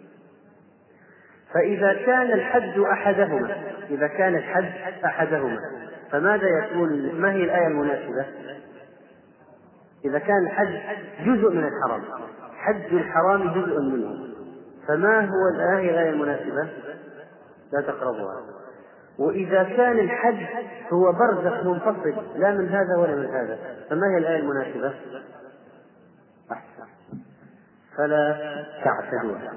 فإذا كان الحد أحدهما إذا كان الحد أحدهما فماذا يكون؟ ما هي الآية المناسبة؟ إذا كان الحد جزء من الحرام، حد الحرام جزء منه، فما هو الآية المناسبة؟ لا تقربوها. وإذا كان الحد هو برزخ منفصل لا من هذا ولا من هذا، فما هي الآية المناسبة؟ أحسن، فلا تعتدوها.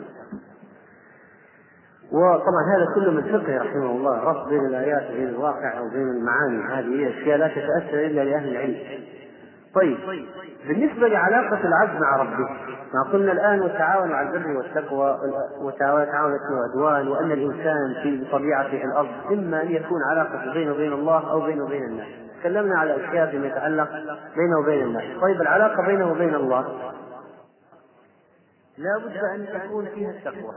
وطبعا هذا كله من فقه رحمه الله، ربط بين الآيات وبين الواقع أو بين المعاني، هذه أشياء لا تتأثر إلا لأهل العلم. طيب بالنسبة لعلاقة العبد مع ربه، ما قلنا الآن والتعاون على البر والتقوى وتعاون على الإثم والعدوان، وأن الإنسان في طبيعته الأرض إما أن يكون علاقة بينه وبين الله أو بينه وبين الناس. تكلمنا على أشياء فيما يتعلق بينه وبين الناس. طيب العلاقة بينه وبين الله لا بد أن تكون فيها التقوى،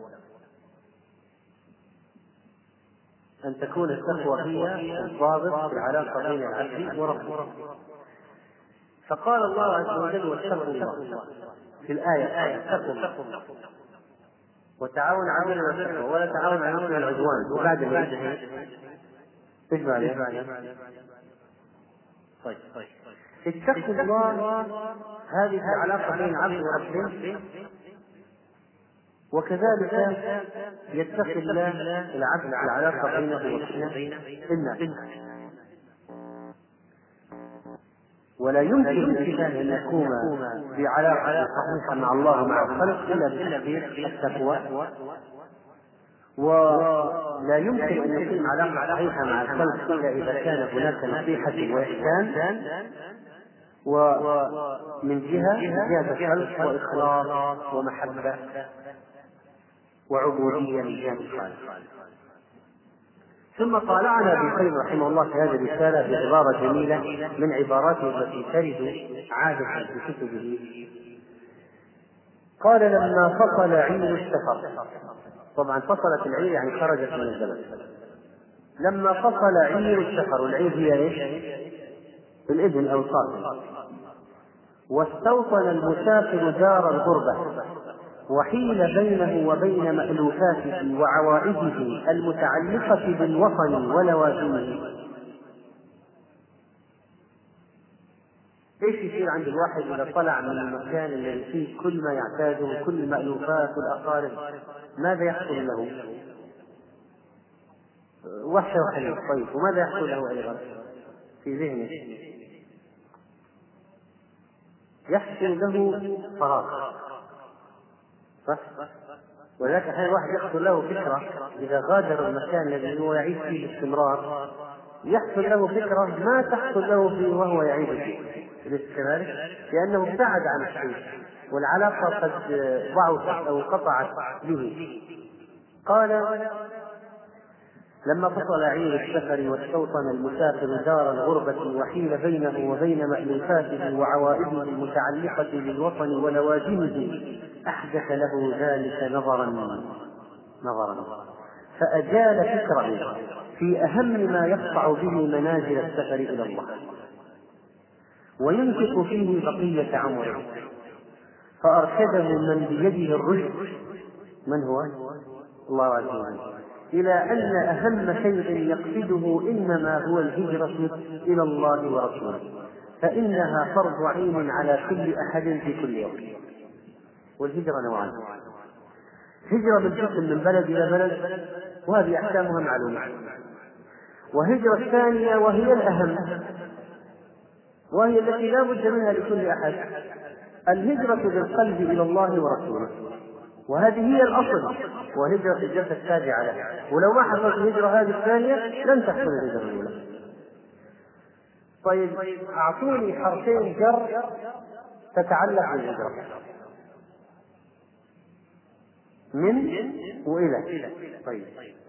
أن تكون التقوى هي الضابط في العلاقة بين العبد وربه. فقال الله عز وجل: واتقوا الله في الآية، اتقوا الله وتعاون على البر والتقوى ولا تعاون على الإثم والعدوان. وبعد ذلك ايش بعد؟ طيب اتقوا الله، هذه العلاقة بين العبد وربه، وكذلك يتقي الله العبد العلاقة بينه وبين الناس. ولا يمكن الإنسان أن يقوم بعلاقة صحيحة مع الله ومع الخلق إلا بتحقيق التقوى، ولا يمكن أن يكون علاقة صحيحة مع الخلق إلا إذا كان هناك نصيحة وإحسان، ومن جهة جهة الخلق وإخلاص ومحبة وعبودية من جهة الخالق. ثم طالعنا ابن القيم رحمه الله في هذه الرسالة بعبارة جميلة من عباراته التي ترد عادة في كتبه. قال: لما فصل عير السفر، طبعا فصلت العير يعني خرجت من البلد. لما فصل عير السفر، والعير هي ايش؟ الابن او القاتل. واستوطن المسافر دار الغربة، وحيل بينه وبين مألوفاته وعوائده المتعلقة بالوطن ولوازمه. ايش يصير عند الواحد اذا طلع من المكان الذي فيه كل ما يعتاده، كل المألوفات والأقارب؟ ماذا يحصل له؟ وحشة وحنين. طيب وماذا يحصل له أيضا في ذهنه؟ يحصل له فراغ، صح؟ ولذلك أحيانا الواحد يحصل له فكرة إذا غادر المكان الذي هو يعيش فيه باستمرار، يحصل له فكرة ما تحصل له فيه وهو يعيش فيه، أليس كذلك؟ لأنه ابتعد عن الشيء والعلاقة قد ضعفت أو قطعت به. قال: لما فصل عير السفر واستوطن المسافر دار الغربة، وحيل بينه وبين مألوفاته وعوائده المتعلقة بالوطن ولوازمه، أحدث له ذلك نظرا نظرا فأجال فكره في أهم ما يقطع به منازل السفر إلى الله وينفق فيه بقية عمره، فأرشده من بيده الرشد، من هو؟ الله عز وجل، إلى أن أهم شيء يقصده إنما هو الهجرة إلى الله ورسوله، فإنها فرض عين على كل أحد في كل يوم. والهجرة نوعان: هجرة بالجسم من بلد إلى بلد، وهذه أحكامها معلومة، وهجرة ثانية وهي الأهم، وهي التي لا بد منها لكل أحد: الهجرة بالقلب إلى الله ورسوله، وهذه هي الأصل، وهجرة الجسد التابعة له. ولو ما حصلت الهجرة هذه الثانية لن تحصل الهجرة الأولى. طيب أعطوني حرفين جر تتعلق بالهجرة: من وإلى. طيب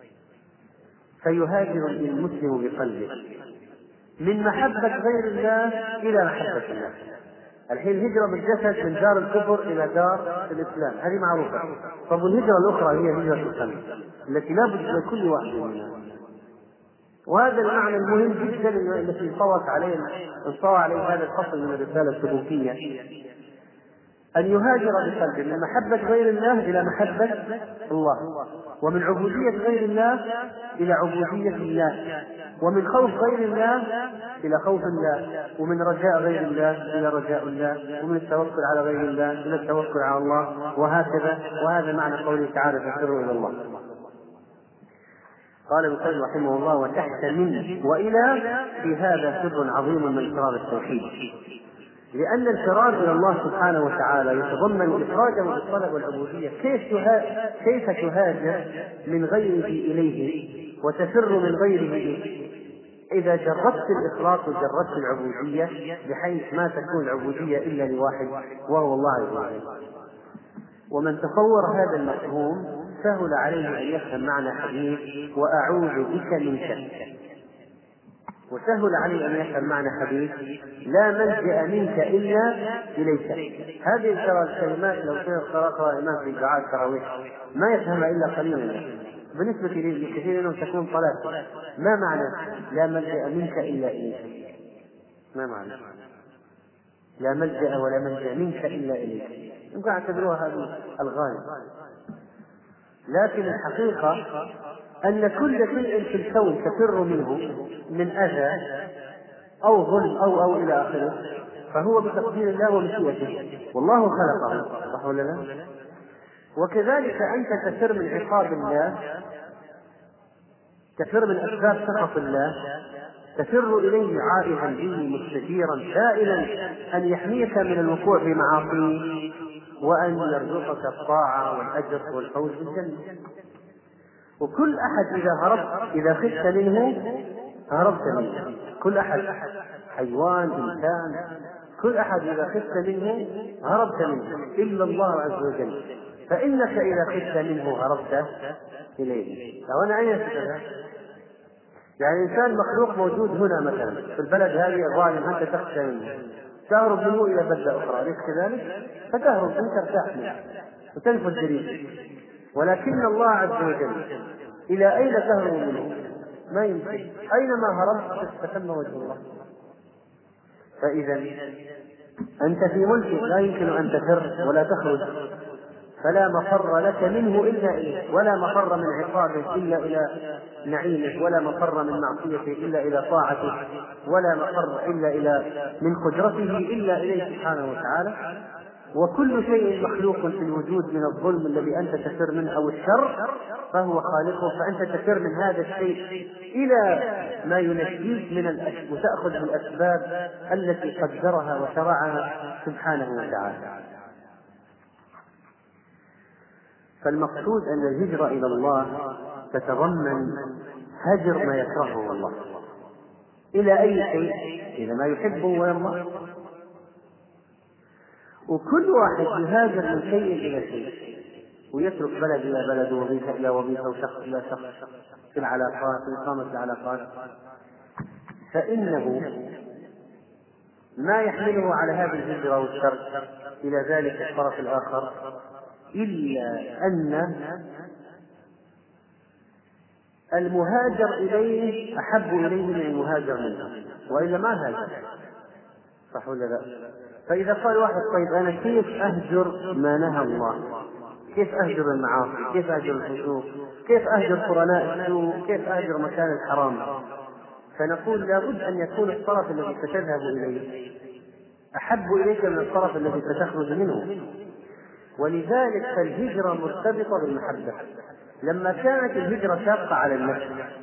فيهاجر المسلم بقلبه من محبة غير الله إلى محبة الله. الحين الهجرة بالجسد من دار الكفر إلى دار الإسلام، هذه معروفة. طب الهجرة الأخرى هي هجرة القلب التي لا بد من كل واحد منها، وهذا المعنى المهم جدا الذي انطوت عليه انطوى عليه هذا الفصل من الرسالة السلوكية: أن يهاجر بقلبه من محبة غير الله إلى محبة الله، ومن عبودية غير الله إلى عبودية الله، ومن خوف غير الله إلى خوف الله، ومن رجاء غير الله إلى رجاء الله، ومن التوكل على غير الله إلى التوكل على الله، وهكذا. وهذا معنى قوله تعالى: ففروا إلى الله. قال ابن القيم رحمه الله: وتحت من وإلى في هذا سر عظيم من أسرار التوحيد، لأن الفرار إلى الله سبحانه وتعالى يتضمن إخراجه بالطلب والعبودية. كيف كيف تهاجر من غيره إليه وتفر من غيره إذا جردت الإخلاص وجردت العبودية بحيث ما تكون العبودية إلا لواحد وهو الله عز وجل. ومن تصور هذا المفهوم سهل عليه أن يفهم معنى حديث وأعوذ بك منك، وسهل عليه أن يفهم معنى حديث لا ملجأ منك إلا إليك. هذه الكلمات لو كانت قرأتها الإمام في دعاء التراويح ما يفهمها إلا قليلا، بالنسبة لكثير منهم تكون صلاة. ما معنى لا ملجأ منك إلا إليك؟ ما معنى لا ملجأ ولا ملجأ منك إلا إليك؟ يمكن اعتبروها هذه الغالب، لكن الحقيقة أن كل شيء في الكون تفر منه من أذى أو ظلم أو أو إلى آخره فهو بتقدير الله ومشيئته، والله خلقه، صح ولا لا؟ وكذلك أنت تفر من عقاب الله، تفر من أسباب سخط الله، تفر إليه عائدا به مستجيرا سائلا أن يحميك من الوقوع في معاصيه وأن يرزقك الطاعة والأجر والفوز بالجنة. وكل أحد إذا هربت إذا خفت منه هربت منه، كل أحد حيوان إنسان كل أحد إذا خفت منه هربت منه إلا الله عز وجل، فإنك إذا خفت منه هربت إليه. لو أنا أين هذا؟ يعني إنسان مخلوق موجود هنا مثلا في البلد هذه ظالم أنت تخشى منه، تهرب منه إلى بلدة أخرى، أليس كذلك؟ فتهرب منه ترتاح منه وتنفذ جريمة. ولكن الله عز وجل إلى أين تهرب منه؟ ما يمكن، أينما هربت تتم وجه الله. فإذا أنت في ملك لا يمكن أن تفر ولا تخرج، فلا مفر لك منه إلا إليه، ولا مفر من عقابه إلا إلى نعيمه، ولا مفر من معصيته إلا إلى طاعته، ولا مفر إلا إلى من قدرته إلا إليه سبحانه وتعالى. وكل شيء مخلوق في الوجود من الظلم الذي أنت تفر منه أو الشر فهو خالقه، فأنت تفر من هذا الشيء إلى ما ينجيك من الأسباب وتأخذ بالأسباب التي قدرها وشرعها سبحانه وتعالى. فالمقصود أن الهجرة إلى الله تتضمن هجر ما يكرهه الله إلى أي شيء، إلى ما يحبه ويرضاه. وكل واحد يهاجر من شيء إلى شيء ويترك بلد إلى بلد ووظيفة إلى وظيفة وشخص إلى شخص في العلاقات في إقامة العلاقات، فإنه ما يحمله على هذه الهجرة والشر إلى ذلك الطرف الآخر إلا أن المهاجر إليه أحب إليه من المهاجر منه، وإلا ما هاجر، صح ولا لا؟ فإذا قال واحد طيب أنا كيف أهجر ما نهى الله؟ كيف أهجر المعاصي؟ كيف أهجر الفسوق؟ كيف أهجر قرناء السوء؟ كيف أهجر مكان الحرام؟ فنقول لابد أن يكون الطرف الذي ستذهب إليه أحب إليك من الطرف الذي ستخرج منه. ولذلك فالهجرة مرتبطة بالمحبة. لما كانت الهجرة شاقة على النفس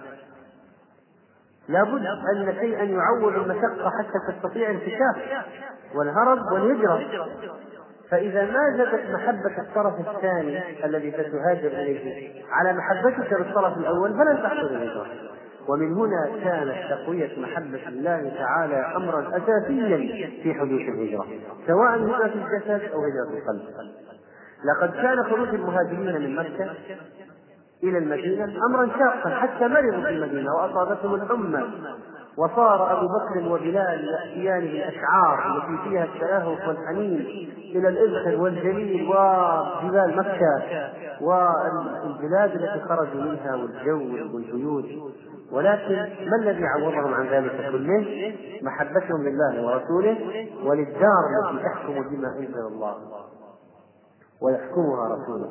لابد أن شيئا يعوض المشقة حتى تستطيع الانكشاف والهرب والهجرة. فإذا ما زادت محبة الطرف الثاني الذي ستهاجر إليه على محبتك للطرف الأول فلن تحصل الهجرة. ومن هنا كانت تقوية محبة الله تعالى أمرا أساسيا في حدوث الهجرة، سواء هجرة الجسد أو هجرة القلب. لقد كان خروج المهاجرين من مكة إلى المدينة أمرا شاقا حتى مرضوا في المدينة وأصابتهم الحمى، وصار أبو بكر وبلال يأتيان بالأشعار التي فيها التلهف والحنين إلى الإذخر والجليل وجبال مكة والبلاد التي خرجوا منها والجو والبيوت. ولكن ما الذي عوضهم عن ذلك كله؟ محبتهم لله ورسوله وللدار التي تحكم بما أنزل الله ويحكمها رسوله.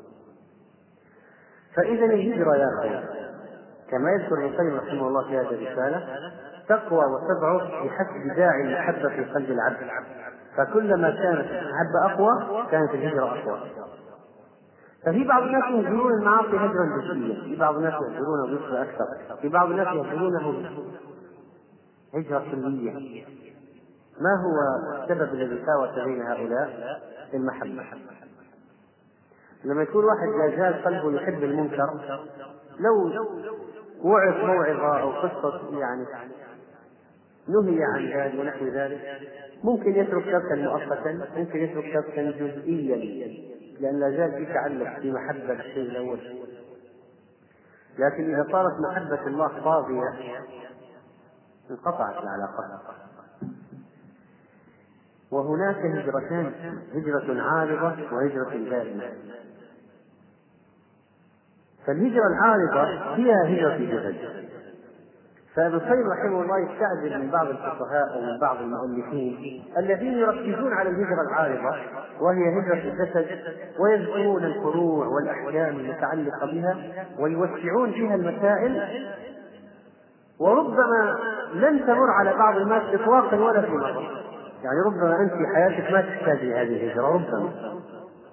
فإذا الهجرة يا أخي كما يذكر ابن القيم رحمه الله في هذه الرسالة تقوى وتضعف بحسب داعي المحبة في قلب العبد، فكلما كانت المحبة أقوى كانت الهجرة أقوى. ففي بعض الناس يهجرون المعاصي هجرا جزئيا، في بعض الناس يهجرونه بصفة أكثر، في بعض الناس يهجرونه هجرة كلية. ما هو السبب الذي ساوت بين هؤلاء؟ المحبة. لما يكون واحد لا زال قلبه يحب المنكر لو وعظ موعظة أو قصة يعني نهي عن ذلك ونحو ذلك، ممكن يترك تركا مؤقتا، ممكن يترك تركا جزئيا، لأن لا زال يتعلق بمحبة الشيء الأول. لكن إذا صارت محبة الله طاغية انقطعت العلاقة. وهناك هجرتان، هجرة عارضة وهجرة دائمة. فالهجرة العارضة هي هجرة الجسد. فابن القيم رحمه الله يستعجل من بعض الفقهاء ومن بعض المؤلفين الذين يركزون على الهجرة العارضة وهي هجرة الجسد، ويذكرون الفروع والأحكام المتعلقة بها ويوسعون فيها المسائل، وربما لن تمر على بعض الناس إطلاقا ولا في مرة. يعني ربما أنت في حياتك ما تحتاج لهذه الهجرة، ربما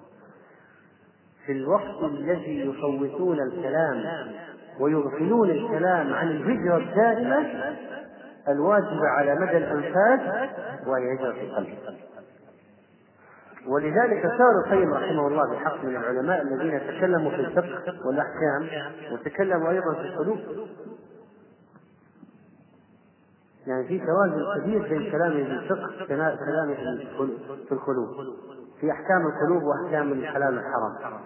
في الوقت الذي يفوتون الكلام ويغفلون الكلام عن الهجرة الدائمة الواجبة على مدى الأنفاس، وهي هجرة القلب. ولذلك صار القيم رحمه الله بحق من العلماء الذين تكلموا في الفقه والأحكام وتكلموا أيضا في القلوب. يعني في توازن كبير بين كلامه في الفقه وكلامه في القلوب، في أحكام القلوب وأحكام الحلال الحرام.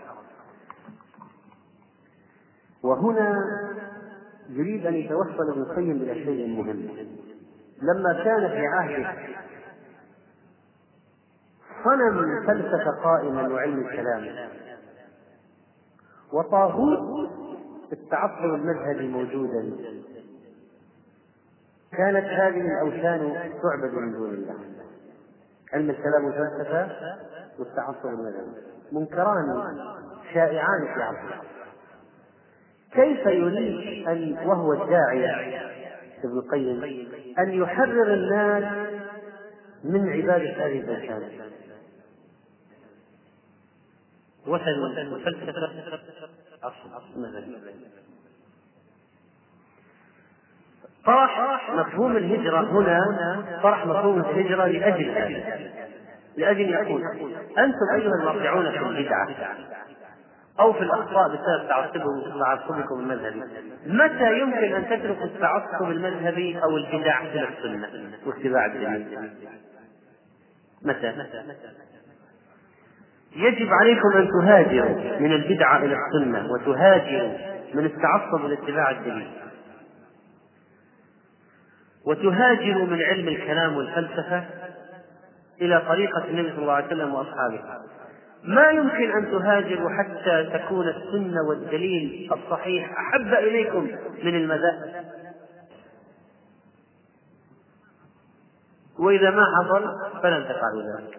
وهنا يريد أن يتوصل ابن القيم إلى شيء مهم. لما كان في عهده صنم الفلسفة قائما وعلم الكلام، وطاغوت التعصب المذهبي موجودا، كانت هذه الأوثان تعبد من دون الله. علم الكلام والفلسفة والتعصب المذهبي منكران شائعان في عصره. كيف يريد أن وهو الداعية ابن القيم أن يحرر الناس من عبادة هذه الأوثان؟ وثن وفلسفة عصر مثلا. طرح مفهوم الهجرة هنا، طرح مفهوم الهجرة لأجل هذا، لأجل يقول أنتم أيها المرجعون في البدعة أو في الأخطاء بسبب تعصبكم المذهبي، متى يمكن أن تتركوا التعصب المذهبي أو البدع إلى السنة واتباع الدليل؟ متى؟ يجب عليكم أن تهاجروا من البدعة إلى السنة، وتهاجروا من التعصب إلى اتباع الدليل، وتهاجروا من علم الكلام والفلسفة إلى طريقة النبي صلى الله عليه وسلم وأصحابه. ما يمكن أن تهاجروا حتى تكون السنة والدليل الصحيح أحب إليكم من المذاهب. وإذا ما حصل فلن تفعلوا ذلك.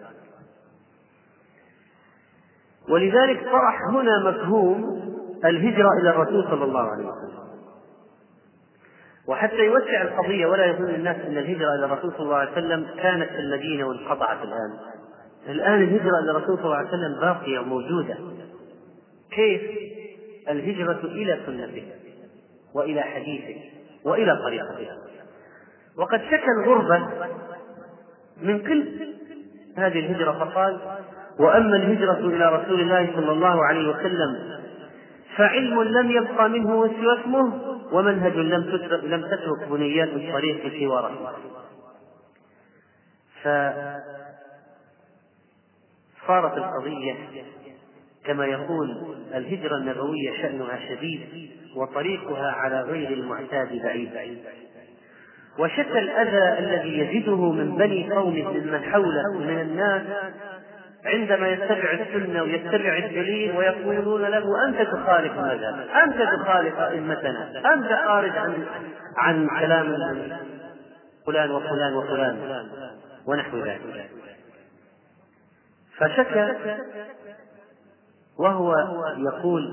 ولذلك طرح هنا مفهوم الهجرة إلى الرسول صلى الله عليه وسلم. وحتى يوسع القضية ولا يظن الناس أن الهجرة إلى الرسول صلى الله عليه وسلم كانت في المدينة وانقطعت الآن. الآن الهجرة إلى الرسول صلى الله عليه وسلم باقية موجودة. كيف؟ الهجرة إلى سنته وإلى حديثه وإلى طريقته. وقد شكى الغربة من قلة هذه الهجرة فقال: وأما الهجرة إلى رسول الله صلى الله عليه وسلم فعلم لم يبقى منه سوى اسمه، ومنهج لم تترك, لم تترك بنيات الطريق سوى رأسه. فصارت القضية كما يقول الهجرة النبوية شأنها شديد، وطريقها على غير المعتاد بعيد. وشتى الأذى الذي يجده من بني قومه ممن حوله من الناس عندما يتبع السنة ويتبع الدليل ويقولون له: أنت تخالف المذهب، أنت تخالف أئمتنا، أنت خارج عن, عن كلام فلان وفلان وفلان ونحو ذلك. فشكى وهو يقول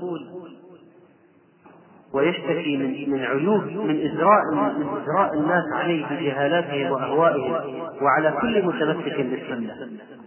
ويشتكي من من عيوب من إجراء من إجراء الناس عليه بجهالاتهم وأهوائهم وعلى كل متمسك بالسنة.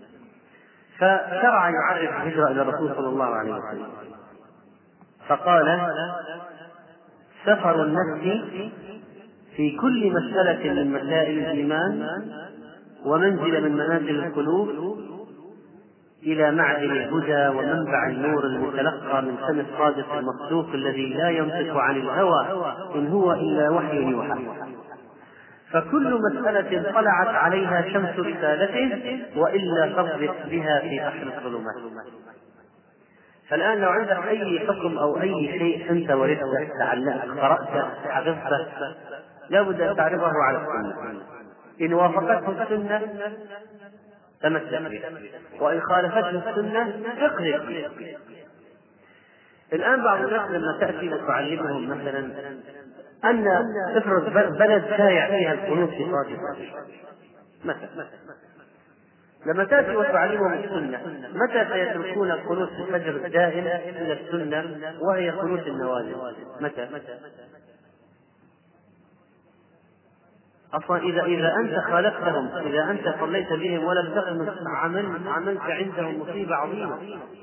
فشرع يعرف الهجرة إلى الرسول صلى الله عليه وسلم، فقال: سفر النفس في كل مسألة من مسائل الإيمان ومنزل من منازل القلوب إلى معدن الهدى ومنبع النور المتلقى من فم الصادق المصدوق الذي لا ينطق عن الهوى إن هو إلا وحي يوحى. فكل مسألة طلعت عليها شمس رسالته وإلا تضبط بها في بحر الظلمات. فالآن لو عندك أي حكم أو أي شيء أنت ورثته تعلمت قرأته حفظته لا بد أن تعرضه على السنة. إن وافقته السنة تمسك به، وإن خالفته السنة اقرأ. الآن بعض الناس لما تأتي وتعلمهم مثلا أن افرض بلد شايع فيها القنوت في صلاة الفجر مثلا، لما تأتي وتعلمهم السنة متى سيتركون القنوت في الفجر الدائم إلى السنة وهي قنوت النوازل؟ متى؟ أصلا إذا إذا أنت خالفتهم، إذا أنت صليت بهم ولم تقنت عملت عندهم مصيبة عظيمة،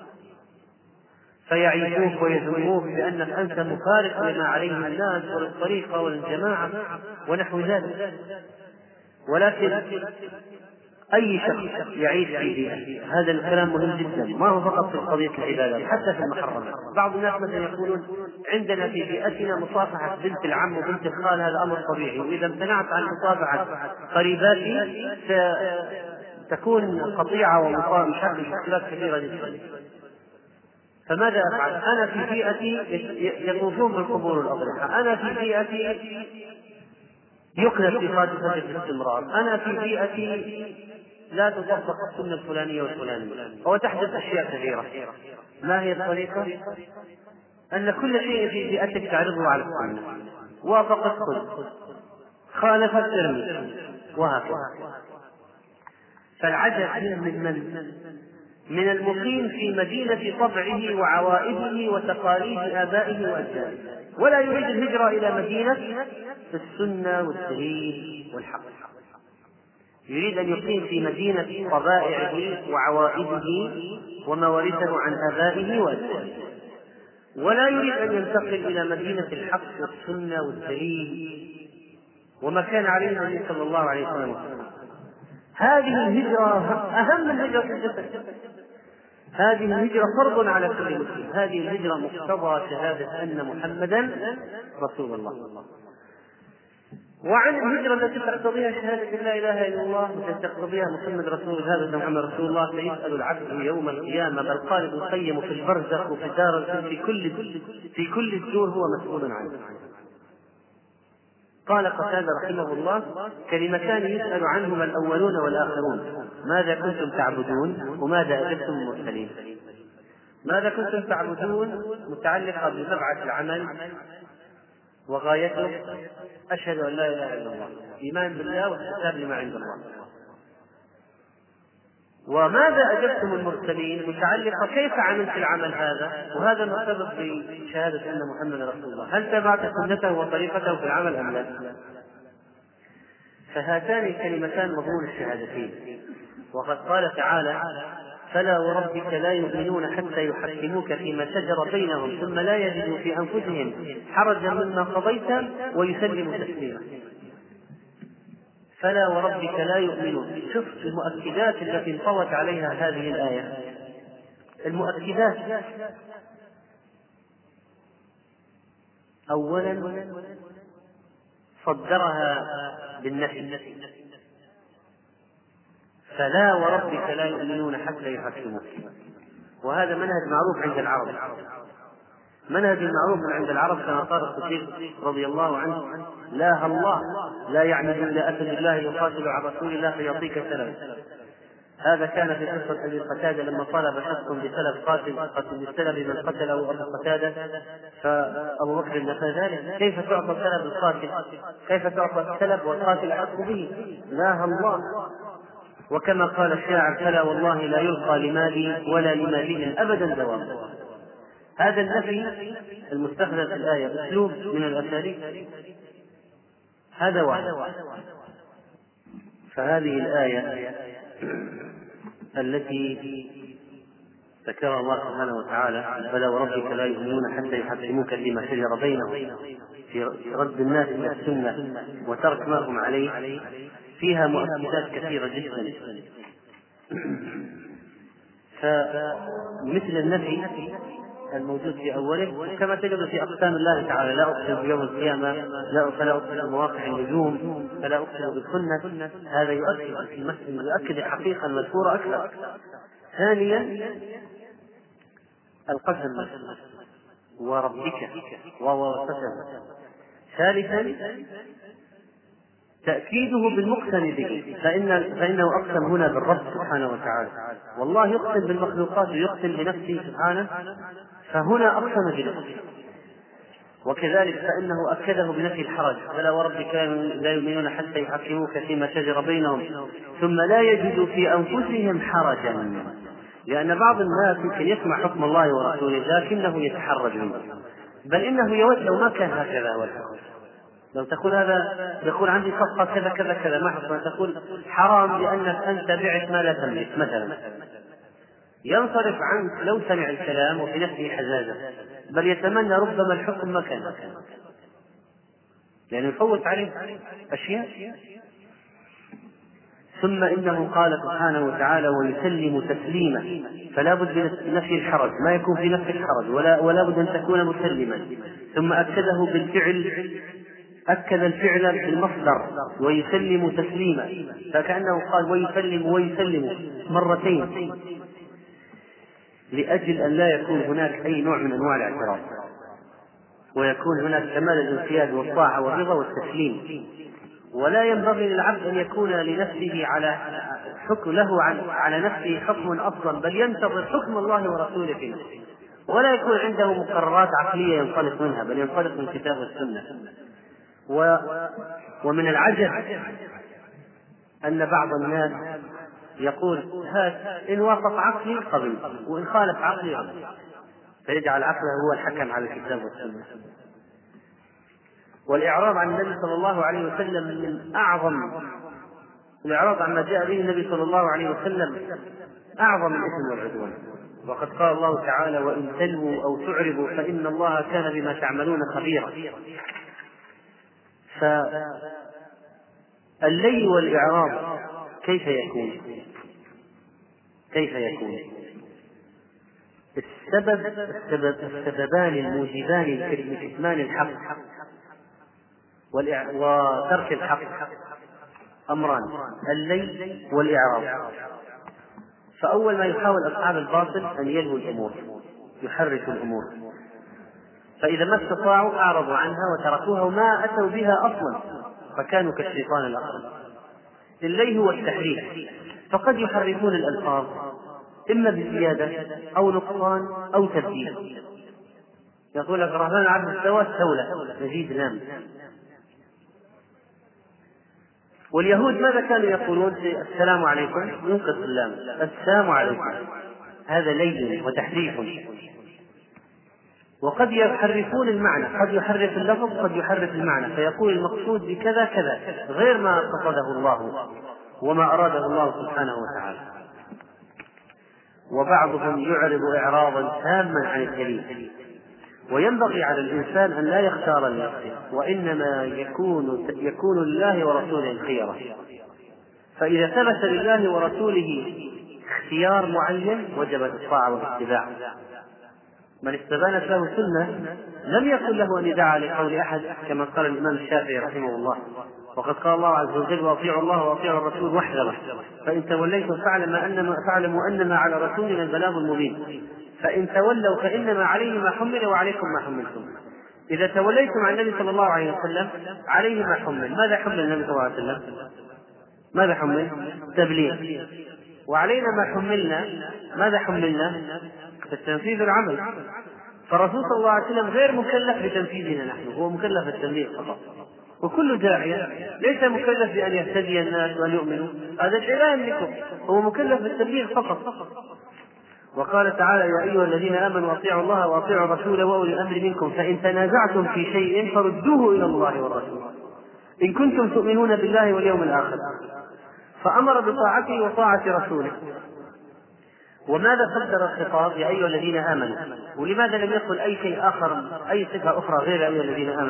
فيعيبوك ويذموك بأنك أنت مفارق لما عليه الناس وللطريقة والجماعة ونحو ذلك. ولكن أي شخص يعيش في بيئة، هذا الكلام مهم جدا، ما هو فقط في قضية العبادات، حتى في المحرمات. بعض الناس مثلا يقولون عندنا في بيئتنا مصافحة بنت العم وبنت الخال، هذا أمر طبيعي، وإذا امتنعت عن مصافحة قريباتي ستكون قطيعة ومشاكل مشكلات كثيرة جدا. فماذا أفعل؟ أنا في بيئتي يطوفون بالقبور والأضرحة، أنا في بيئتي يقنت في صلاة الفجر باستمرار، أنا في بيئتي لا تطبق السنة الفلانية والفلانية، وتحدث أشياء كثيرة. ما هي الطريقة؟ أن كل شيء في بيئتك تعرضه على السنة، وافقت خذ، خالفت ارمي، وهكذا. فالعجب من من من المقيم في مدينة طبعه وعوائده وتقاليد آبائه وأجداده، ولا يريد الهجرة إلى مدينة السنة والدليل والحق، يريد أن يقيم في مدينة طبائعه وعوائده وما ورثه عن آبائه وأجداده، ولا يريد أن ينتقل إلى مدينة الحق والسنة والدليل وما كان عليه النبي صلى الله عليه وسلم. هذه الهجرة أهم من هجرة الجسد، هذه الهجرة فرض على كل مسلم، هذه الهجرة مقتضى شهادة أن محمدا رسول الله. وعن الهجرة التي تقتضيها شهادة لا إله إلا الله وتقتضيها محمد رسول الله محمد رسول الله سيسأل العبد يوم القيامة، بل قال ابن القيم في البرزخ وفي دار في كل في كل الدور هو مسؤول عنه. قال قتادة رحمه الله: كلمتان يسأل عنهما الأولون والآخرون، ماذا كنتم تعبدون وماذا أجبتم المرسلين. ماذا كنتم تعبدون متعلقة بمبعث العمل وغايته أشهد أن لا إله إلا الله، إيمان بالله واستسلام لما عند الله. وماذا أجبتم المرسلين متعلقة كيف عملت العمل هذا، وهذا مرتبط بشهادة أن محمد رسول الله، هل تبعت سنته وطريقته في العمل أم لا؟ فهاتان الكلمتان مضمون الشهادتين. وقد قال تعالى: فلا وربك لا يؤمنون حتى يحكموك فيما شجر بينهم ثم لا يجدوا في أنفسهم حرجا مما قضيت ويسلموا تسليما. فلا وربك لا يؤمنون. شوف المؤكدات التي انطوت عليها هذه الآية. المؤكدات: أولا صدرها بالنفي، فلا وربك لا يؤمنون حتى يحكموك، وهذا منهج معروف عند العرب، منهج معروف عند العرب كما قال الصديق رضي الله عنه: لا الله لا يعمد إلا أسد الله يقاتل على رسول الله فيعطيك سلام. هذا كان في قصة أبي قتادة لما طلب شخص بسلب قاتل قتل بالسلب من قتله أبو قتادة، فأبو بكر نفى ذلك: كيف تعطى سلب القاتل؟ كيف تعطى السلب والقاتل حق به؟ لا الله. وكما قال الشاعر: فلا والله لا يلقى لمالي ولا لمالي أبدا دوام. هذا النفي المستخدم في الآية أسلوب من الأساليب، هذا واحد. فهذه الآية التي ذكرها الله سبحانه وتعالى: فلا وربك لا يؤمنون حتى يحكموك فيما شجر بينهم، في رد الناس إلى السنة وترك ما هم عليه، فيها مؤكدات كثيرة جدا. فمثل النفي الموجود في أوله، كما تجد في أقسام الله تعالى: لا أقسم بيوم القيامة، لا فلا أقسم بمواقع النجوم، فلا أقسم بالكنة. هذا يؤكد يؤكد الحقيقة المذكورة أكثر. ثانيا القسم وربك وهو قسم. ثالثا تأكيده بالمقسم به، فإن فإنه أقسم هنا بالرب سبحانه وتعالى، والله يقسم بالمخلوقات ويقسم بنفسه سبحانه، فهنا أقسم بنفسه. وكذلك فإنه أكده بنفي الحرج: فلا وربك لا يؤمنون حتى يحكموك فيما شجر بينهم ثم لا يجدوا في أنفسهم حرجا. لأن بعض الناس يمكن يسمع حكم الله ورسوله لكنه يتحرج منه، بل إنه يود لو ما كان هكذا هو الحكم. لو تقول هذا يقول عندي صفقة كذا كذا كذا، ما حصل، تقول حرام لأنك أنت بعت ما لا تملك مثلا، ينصرف عنك لو سمع الكلام وفي نفسه حزازة، بل يتمنى ربما الحكم ما كان، يعني يفوت عليه أشياء. ثم إنه قال سبحانه وتعالى: ويسلم تسليما، فلا بد من نفي الحرج، ما يكون في نفس الحرج، ولا, ولا بد أن تكون مسلما. ثم أكده بالفعل، أكد الفعل بالمصدر ويسلم تسليما، فكأنه قال ويسلم ويسلم مرتين، لأجل أن لا يكون هناك أي نوع من أنواع الاعتراض، ويكون هناك كمال الانقياد والطاعة والرضا والتسليم. ولا ينبغي للعبد أن يكون لنفسه على حكم له على نفسه حكم أفضل، بل ينتظر حكم الله ورسوله في نفسه، ولا يكون عنده مقررات عقلية ينطلق منها، بل ينطلق من كتاب والسنة. و ومن العجب أن بعض الناس يقول: هات إن وافق عقلي قبل، وإن خالف عقلي قبل، فيجعل عقله هو الحكم على الكتاب والسنة. والإعراض عن النبي صلى الله عليه وسلم من أعظم الإعراض عما جاء به النبي صلى الله عليه وسلم أعظم الإثم والعدوان. وقد قال الله تعالى: وإن تلووا أو تعرضوا فإن الله كان بما تعملون خبيرا. فاللي والإعراض كيف يكون؟ كيف يكون؟ السبب السبب السببان الموجبان لكتمان الحق وترك الحق أمران: اللي والإعراض. فأول ما يحاول أصحاب الباطل أن يلهوا الأمور، يحركوا الأمور، فإذا ما استطاعوا أعرضوا عنها وتركوها وما أتوا بها أصلا، فكانوا كالشيطان الأخر. اللي هو التحريف، فقد يحرفون الألفاظ إما بزيادة أو نقصان أو تبديل. يقول لك الرحمن عبد استوى استولى، نزيد لام. واليهود ماذا كانوا يقولون؟ السلام عليكم ينقص اللام، السلام عليكم، هذا لين وتحريف. وقد يحرفون المعنى، قد يحرف اللفظ، قد يحرف المعنى، فيقول المقصود بكذا كذا غير ما قصده الله وما أراده الله سبحانه وتعالى. وبعضهم يعرض إعراضا تاما عن الدليل. وينبغي على الإنسان أن لا يختار لنفسه، وإنما يكون يكون لله ورسوله الخيرة. فإذا ثبت لله ورسوله اختيار معين وجبت الطاعة والاتباع. من استبانت له سنة لم يكن له أن يدعى لقول أحد، كما قال الإمام الشافعي رحمه الله: وقد قال الله عز وجل: وأطيعوا الله وأطيعوا الرسول واحذروا فإن توليتم فاعلموا أنما على رسولنا البلاغ المبين. فإن تولوا فإنما عليه ما حمل وعليكم ما حملتم. إذا توليتم عن النبي صلى الله عليه وسلم عليه ما حمل. ماذا حمل النبي صلى الله عليه وسلم؟ ماذا حمل؟ تبليغ. وعلينا ما حملنا. ماذا حملنا؟ التنفيذ العمل. فالرسول صلى الله عليه وسلم غير مكلف بتنفيذنا نحن، هو مكلف بالتبليغ فقط. وكل داعية ليس مكلف بأن يهتدي الناس وأن يؤمنوا، هذا شيء لا يملكه، هو مكلف بالتبليغ فقط. وقال تعالى: يا أيها الذين آمنوا أطيعوا الله وأطيعوا الرسول وأولي الأمر منكم فإن تنازعتم في شيء فردوه إلى الله والرسول إن كنتم تؤمنون بالله واليوم الآخر. فأمر بطاعته وطاعة رسوله. وماذا قدر الخطاب؟ يا أيها الذين آمنوا. ولماذا لم يقل أي شيء آخر، أي صفة أخرى غير يا أيها الذين آمنوا؟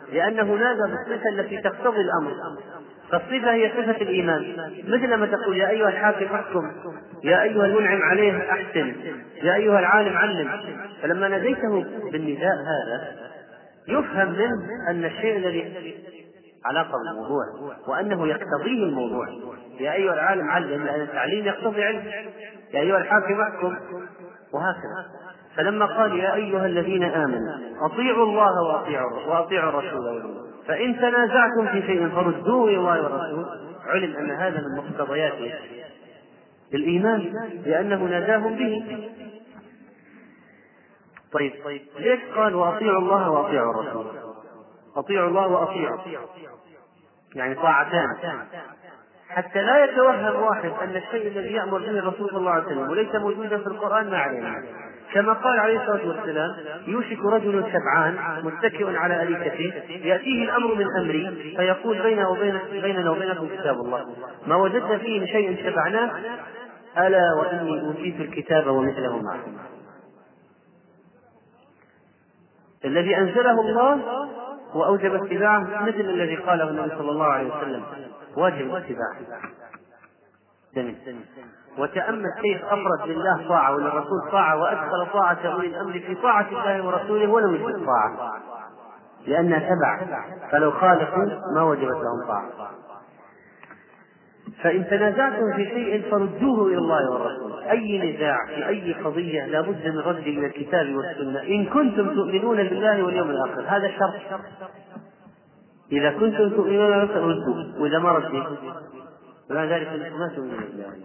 لأنه نادى بالصفة التي تقتضي الأمر، فالصفة هي صفة الإيمان، مثل ما تقول يا أيها الحاكم احكم، يا أيها المنعم عليه أحسن، يا أيها العالم علم. فلما ناديته بالنداء هذا يفهم منه أن الشيء الذي علاقة بالموضوع وأنه يقتضيه الموضوع. يا أيها العالم علم، لأن التعليم يقتضي علم. يا أيها الحاكم احكم، وهكذا. فلما قال يا أيها الذين آمنوا أطيعوا الله وأطيعوا وأطيعوا الرسول فإن تنازعتم في شيء فردوه إلى الله والرسول، علم أن هذا من مقتضيات الإيمان لأنه ناداهم به. طيب ليش قال وأطيعوا الله وأطيعوا الرسول؟ أطيعوا الله وأطيعوا يعني طاعتان، حتى لا يتوهم واحد أن الشيء الذي يأمر به الرسول صلى الله عليه وسلم وليس موجودا في القرآن ما علينا. كما قال عليه الصلاة والسلام يوشك رجل شبعان متكئ على أريكته يأتيه الأمر من أمري فيقول بيننا وبين بيننا وبينكم كتاب الله ما وجدنا فيه من شيء شبعناه ألا وإني أوتيت الكتاب ومثله معه. الذي أنزله الله وأوجب اتباعه مثل الذي قاله النبي صلى الله عليه وسلم واجب اتباعه. جميل. وتأمل كيف أفرد لله طاعة وللرسول طاعة وأدخل طاعة أولي الأمر في طاعة الله ورسوله ولو يجب طاعة لأنها تبع، فلو خالفوا ما وجبت لهم طاعة. فإن تنازعتم في شيء فردوه إلى الله والرسول. أي نزاع في أي قضية لا بد من رد إلى الكتاب والسنة إن كنتم تؤمنون بالله واليوم الآخر، هذا شرط. إذا كنتم تؤمنون بالله ردوه، وإذا ما ردوا ولا ذلك ما تؤمنون بالله.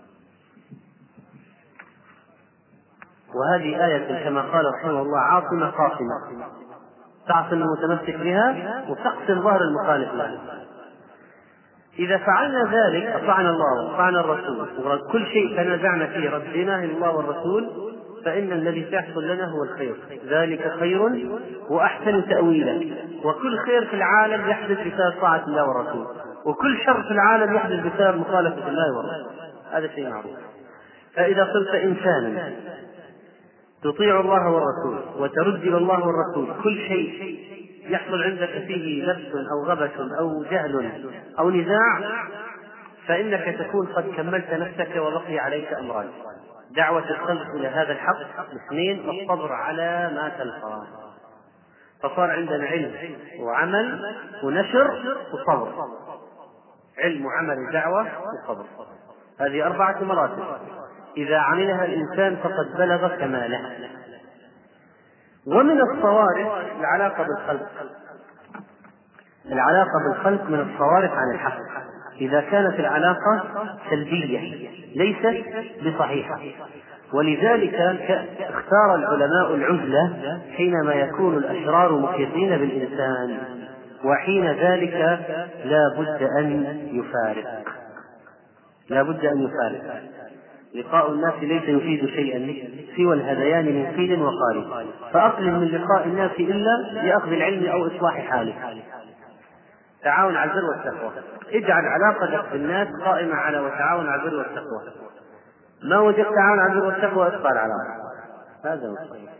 وهذه آية كما قال رحمه الله عاصمة قاصمة، تعصم المتمسك بها وتقسم ظهر المخالف لها. إذا فعلنا ذلك أطعنا الله وأطعنا الرسول، وكل شيء تنازعنا فيه رديناه إلى الله والرسول، فإن الذي سيحصل لنا هو الخير، ذلك خير وأحسن تأويلا. وكل خير في العالم يحدث بسبب طاعة الله والرسول، وكل شر في العالم يحدث بسبب مخالفة الله والرسول، هذا شيء معروف. فإذا صرت إنسانا تطيع الله والرسول وترد إلى الله والرسول كل شيء يحصل عندك فيه لبس أو غبش أو جهل أو نزاع، فإنك تكون قد كملت نفسك وبقي عليك أمران: دعوة الخلق إلى هذا الحق، اثنين الصبر على ما تلقى. فصار عندنا علم وعمل ونشر وصبر، علم وعمل ودعوة وصبر، هذه أربعة مراتب إذا عملها الإنسان فقد بلغ كماله. ومن الصوارف العلاقة بالخلق، العلاقة بالخلق من الصوارف عن الحق إذا كانت العلاقة سلبية ليست بصحيحة. ولذلك اختار العلماء العزلة حينما يكون الأشرار محيطين بالإنسان، وحين ذلك لا بد أن يفارق، لا بد أن يفارق. لقاء الناس ليس يفيد شيئا سوى الهذيان من قيل وقال، فأقلل من لقاء الناس إلا لأخذ العلم أو إصلاح حاله. تعاون على البر والتقوى، اجعل علاقتك بالناس قائمة على وتعاون على البر والتقوى. ما وجدت تعاون على البر والتقوى اقطع العلاقة، هذا هو.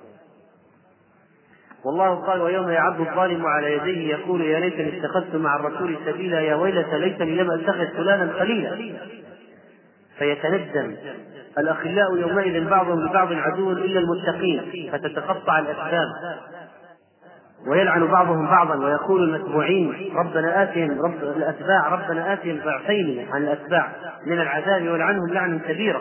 والله قال ويوم يعض الظالم على يديه يقول يا ليتني اتخذت مع الرسول سبيلا يا ويلتى ليتني لم اتخذ فلانا خليلا. فيتندم الأخلاء يومئذ بعضهم لبعض عدو إلا المتقين، فتتقطع الأسباب ويلعن بعضهم بعضا ويقول المتبوعين ربنا آتهم رب الأتباع ربنا آتهم ضعفين عن الأتباع من العذاب ولعنهم لعنا كبيرا.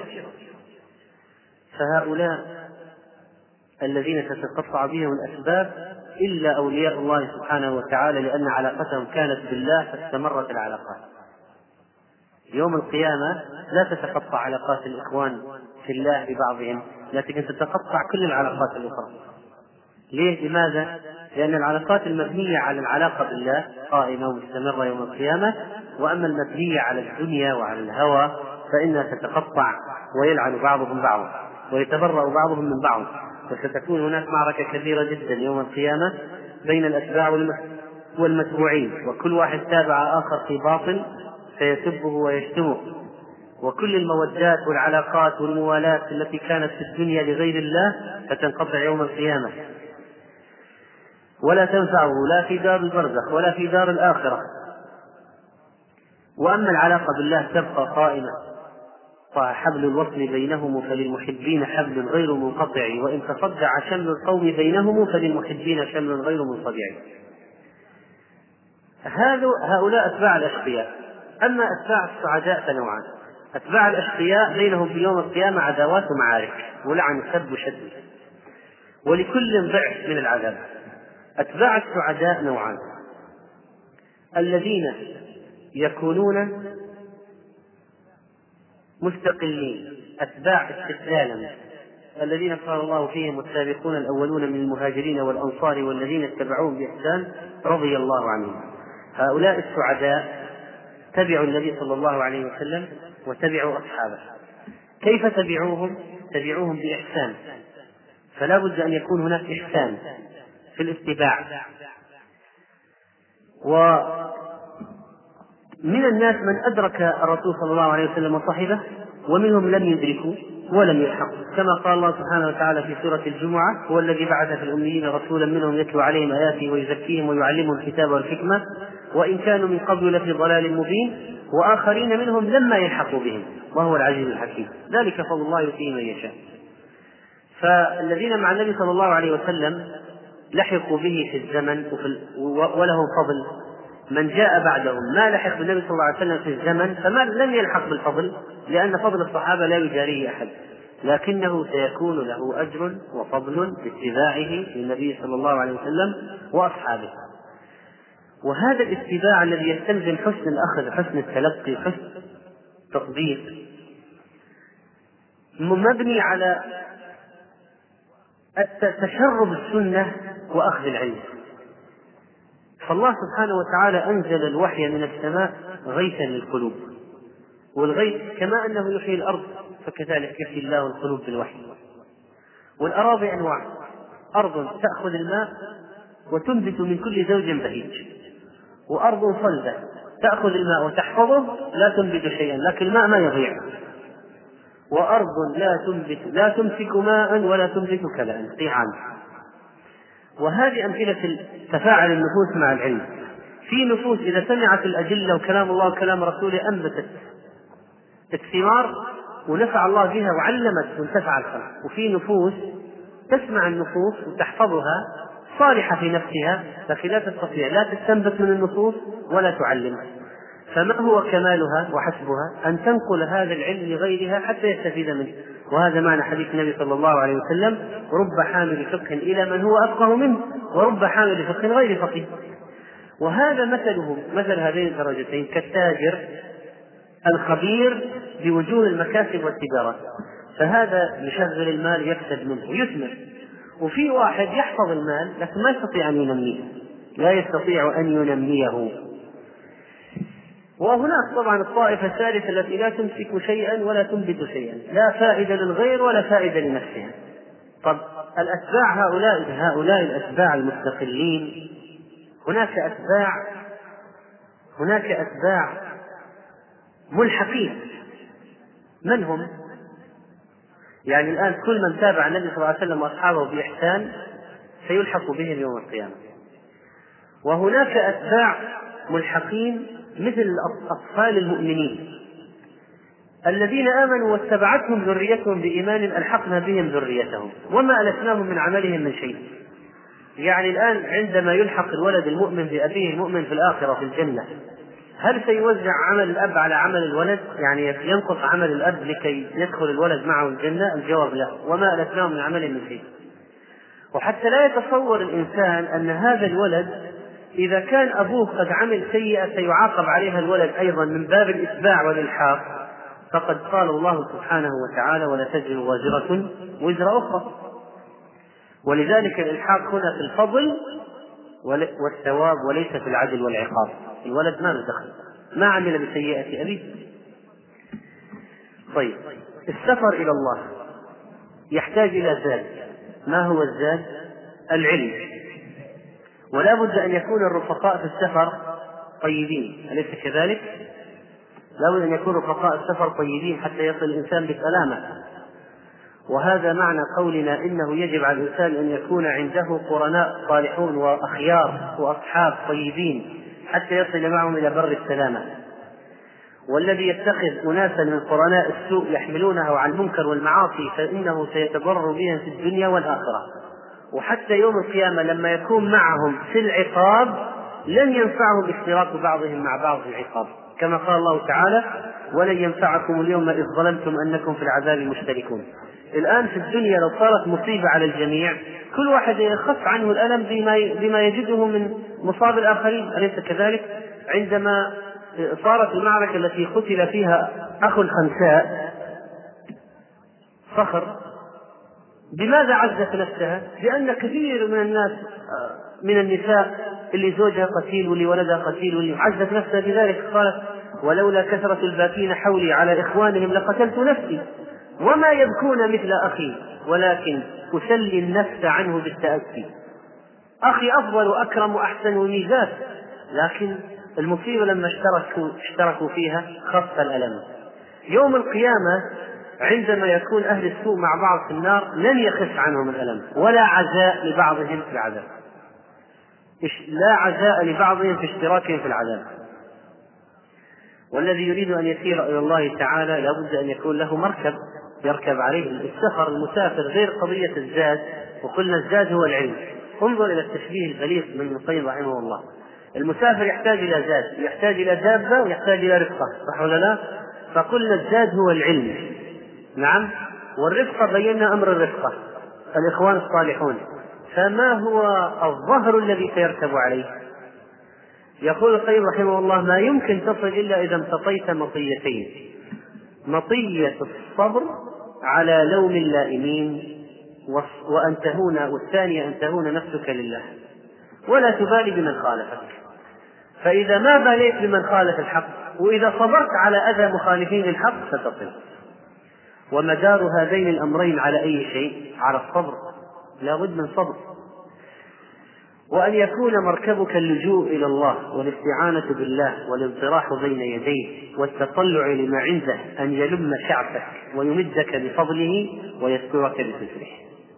فهؤلاء الذين تتقطع بهم الأسباب إلا أولياء الله سبحانه وتعالى، لأن علاقتهم كانت بالله فاستمرت العلاقات. يوم القيامة لا تتقطع علاقات الإخوان في الله ببعضهم، لكن تتقطع كل العلاقات الأخرى. ليه؟ لماذا؟ لأن العلاقات المبنية على العلاقة بالله قائمة ومستمرة يوم القيامة، وأما المبنية على الدنيا وعلى الهوى فإنها تتقطع ويلعن بعضهم بعضا ويتبرأ بعضهم من بعض، وستكون هناك معركة كبيرة جدا يوم القيامة بين الأتباع والمتبوعين، وكل واحد تابع آخر في باطل سيسبه ويشتمه. وكل المودات والعلاقات والموالاة التي كانت في الدنيا لغير الله فتنقطع يوم القيامة. ولا تنفعه لا في دار البرزخ ولا في دار الآخرة. وأما العلاقة بالله تبقى قائمة، فحبل الوصل بينهم فللمحبين حبل غير منقطع، وإن تصدع شمل القوم بينهم فللمحبين شمل غير منصدع. هؤلاء أتباع الأشقياء. أما أتباع السعداء فنوعان: أتباع الأشقياء بينهم في يوم القيامة عداوات ومعارك ولعن سب وشد، ولكل ضعف من العذاب. أتباع السعداء نوعان: الذين يكونون مستقلين، أتباع استقلالا، الذين قال الله فيهم والسابقون الأولون من المهاجرين والأنصار والذين اتبعوهم بإحسان رضي الله عنهم. هؤلاء السعداء تبعوا النبي صلى الله عليه وسلم وتبعوا أصحابه. كيف تبعوهم؟ تبعوهم بإحسان، فلا بد أن يكون هناك إحسان في الاتباع. ومن الناس من أدرك الرسول صلى الله عليه وسلم وصحبه، ومنهم لم يدركوا ولم يلحقوا، كما قال الله سبحانه وتعالى في سورة الجمعة: هو الذي بعث في الأميين رسولا منهم يتلو عليهم آياته ويزكيهم ويعلمهم الكتاب والحكمة وإن كانوا من قبل لفي ضلال مبين وآخرين منهم لما يلحقوا بهم وهو العزيز الحكيم، ذلك فضل الله يؤتيه من يشاء. فالذين مع النبي صلى الله عليه وسلم لحقوا به في الزمن ولهم فضل. من جاء بعدهم ما لحق بالنبي صلى الله عليه وسلم في الزمن فما لم يلحق بالفضل، لأن فضل الصحابة لا يجاريه أحد، لكنه سيكون له أجر وفضل باتباعه للنبي صلى الله عليه وسلم وأصحابه. وهذا الاتباع الذي يستلزم حسن الأخذ، حسن التلقي، حسن التطبيق، مبني على تشرب السنة وأخذ العلم. فالله سبحانه وتعالى أنزل الوحي من السماء غيثا للقلوب، والغيث كما أنه يحيي الأرض فكذلك يحيي الله القلوب بالوحي. والأراضي أنواع: أرض تأخذ الماء وتنبت من كل زوج بهيج، وأرض صلبة تأخذ الماء وتحفظه لا تنبت شيئا لكن الماء ما يضيع، وأرض لا تنبت لا تمسك ماء ولا تنبت كلأ قيعان. وهذه أمثلة تفاعل النفوس مع العلم. في نفوس إذا سمعت الأدلة وكلام الله وكلام رسوله أنبتت الثمار ونفع الله بها وعلمت وانتفع الخلق. وفي نفوس تسمع النصوص وتحفظها صالحة في نفسها لكن لا تستطيع لا تستنبت من النصوص ولا تعلم. فما هو كمالها وحسبها؟ أن تنقل هذا العلم لغيرها حتى يستفيد منه. وهذا معنى حديث النبي صلى الله عليه وسلم: رب حامل فقه إلى من هو أفقه منه ورب حامل فقه غير فقيه. وهذا مثله مثل هذين الدرجتين كالتاجر الخبير بوجوه المكاسب والتجارات، فهذا يشغل المال يكسب منه ويثمر. وفي واحد يحفظ المال لكن ما يستطيع أن ينميه، لا يستطيع أن ينميه. وهناك طبعا الطائفة الثالثة التي لا تمسك شيئا ولا تنبت شيئا، لا فائدة للغير ولا فائدة لنفسها. طب الأتباع هؤلاء هؤلاء الأتباع المستقلين، هناك أتباع هناك أتباع ملحقين. من هم؟ يعني الآن كل من تابع النبي صلى الله عليه وسلم وأصحابه بإحسان سيلحق بهم يوم القيامة. وهناك أتباع ملحقين مثل أطفال المؤمنين الذين آمنوا واتبعتهم ذريتهم بإيمان ألحقنا بهم ذريتهم وما ألتناهم من عملهم من شيء. يعني الآن عندما يلحق الولد المؤمن بأبيه المؤمن في الآخرة في الجنة، هل سيوزع عمل الأب على عمل الولد؟ يعني ينقص عمل الأب لكي يدخل الولد معه الجنة؟ الجواب لا، وما ألتناهم من عمل من شيء. وحتى لا يتصور الإنسان أن هذا الولد إذا كان أبوه قد عمل سيئة سيعاقب عليها الولد أيضا من باب الإتباع والإلحاق، فقد قال الله سبحانه وتعالى: ولا تزر وازرة وزر أخرى. ولذلك الإلحاق هنا في الفضل والثواب وليس في العدل والعقاب. الولد ما له دخل، ما عمل بسيئة أبيه. طيب، السفر إلى الله يحتاج إلى زاد. ما هو الزاد؟ العلم. ولا بد أن يكون الرفقاء في السفر طيبين، أليس كذلك؟ لا بد أن يكون رفقاء السفر طيبين حتى يصل الإنسان بسلامة. وهذا معنى قولنا إنه يجب على الإنسان أن يكون عنده قرناء صالحون وأخيار وأصحاب طيبين حتى يصل معهم إلى بر السلامة. والذي يتخذ أناسا من قرناء السوء يحملونه على المنكر والمعاصي فإنه سيتضرر بهم في الدنيا والآخرة، وحتى يوم القيامة لما يكون معهم في العقاب لن ينفعهم اشتراك بعضهم مع بعض في العقاب، كما قال الله تعالى: ولن ينفعكم اليوم إذ ظلمتم أنكم في العذاب مشتركون. الآن في الدنيا لو صارت مصيبة على الجميع كل واحد يخف عنه الألم بما بما يجده من مصاب الآخرين، أليس كذلك؟ عندما صارت المعركة التي قتل فيها أخو الخنساء صخر، بماذا عزت نفسها؟ لأن كثير من الناس من النساء اللي زوجها قتيل واللي ولدها قتيل واللي عزت نفسها بذلك، قالت: ولولا كثرة الباكين حولي على إخوانهم لقتلت نفسي وما يبكون مثل أخي ولكن أسلي النفس عنه بالتأسي. أخي أفضل وأكرم وأحسن ميزات، لكن المصيبة لما اشتركوا, اشتركوا فيها خف الألم. يوم القيامة عندما يكون أهل السوء مع بعض في النار لن يخف عنهم الألم ولا عزاء لبعضهم في العذاب، لا عزاء لبعضهم في اشتراكهم في العذاب. والذي يريد أن يسير إلى الله تعالى لابد أن يكون له مركب يركب عليه. السفر المسافر غير قضية الزاد، وقلنا الزاد هو العلم. انظر إلى التشبيه البليغ من ابن القيم رحمه الله. المسافر يحتاج إلى زاد، يحتاج إلى دابة، ويحتاج إلى رفقة، صح ولا لا؟ فقلنا الزاد هو العلم، نعم، والرفقة بينا أمر الرفقة الإخوان الصالحون. فما هو الظهر الذي سيركب عليه؟ يقول القيم رحمه الله: ما يمكن تصل إلا إذا امتطيت مطيتين: مطية الصبر على لوم اللائمين، وأن تهون، والثانية أن تهون نفسك لله ولا تبالي بمن خالفك. فإذا ما باليت بمن خالف الحق وإذا صبرت على أذى مخالفين الحق ستصل. ومدار هذين الأمرين على أي شيء؟ على الصبر، لا بد من صبر. وأن يكون مركبك اللجوء إلى الله والاستعانة بالله والانطراح بين يديه والتطلع لما عنده، أن يلم شعبك ويمدك بفضله ويسترك بستره.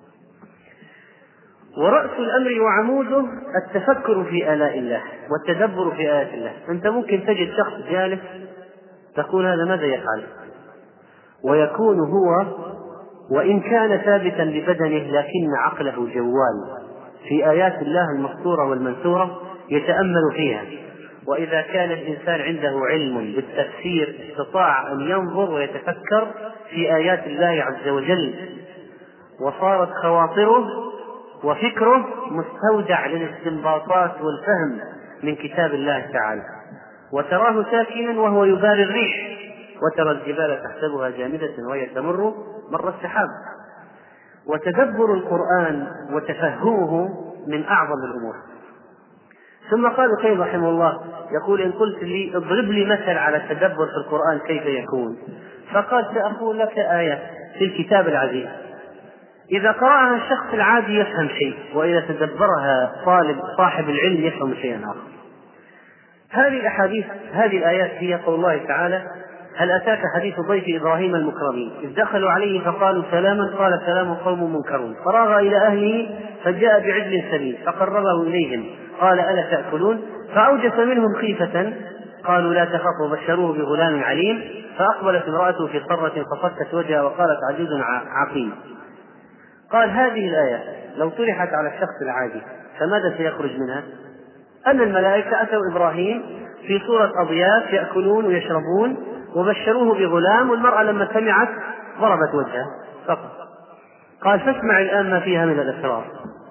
ورأس الأمر وعموده التفكر في آلاء الله والتدبر في آيات الله. أنت ممكن تجد شخص جالس تقول: هذا ماذا يفعل؟ ويكون هو وإن كان ثابتا ببدنه لكن عقله جوال في آيات الله المسطورة والمنثورة يتأمل فيها. وإذا كان الإنسان عنده علم بالتفسير استطاع أن ينظر ويتفكر في آيات الله عز وجل، وصارت خواطره وفكره مستودع للاستنباطات والفهم من كتاب الله تعالى. وتراه ساكنا وهو يباري الريح، وترى الجبال تحسبها جامدة وهي تمر مر السحاب. وتدبر القرآن وتفهمه من أعظم الأمور. ثم قال القيم رحمه الله يقول: إن قلت لي اضرب لي مثل على التدبر في القرآن كيف يكون؟ فقال: سأقول لك آية في الكتاب العزيز إذا قرأها الشخص العادي يفهم شيء، وإذا تدبرها طالب صاحب العلم يفهم شيئا آخر. هذه الأحاديث هذه الآيات هي قول الله تعالى: هل أتاك حديث ضيف إبراهيم المكرمين إذ دخلوا عليه فقالوا سلاما قال سلام قوم منكرون فراغ إلى أهله فجاء بعجل سمين فقربه إليهم قال ألا تأكلون فأوجس منهم خيفة قالوا لا تخف وبشروه بغلام عليم فأقبلت امرأته في صرة فصكت وجهها وقالت عجوز عقيم. قال: هذه الآية لو طرحت على الشخص العادي فماذا سيخرج منها؟ أن الملائكة أتوا إبراهيم في صورة أضياف يأكلون ويشربون وبشروه بغلام، والمرأة لما سمعت ضربت وجهها فقط. قال: فاسمع الآن ما فيها من الأسرار.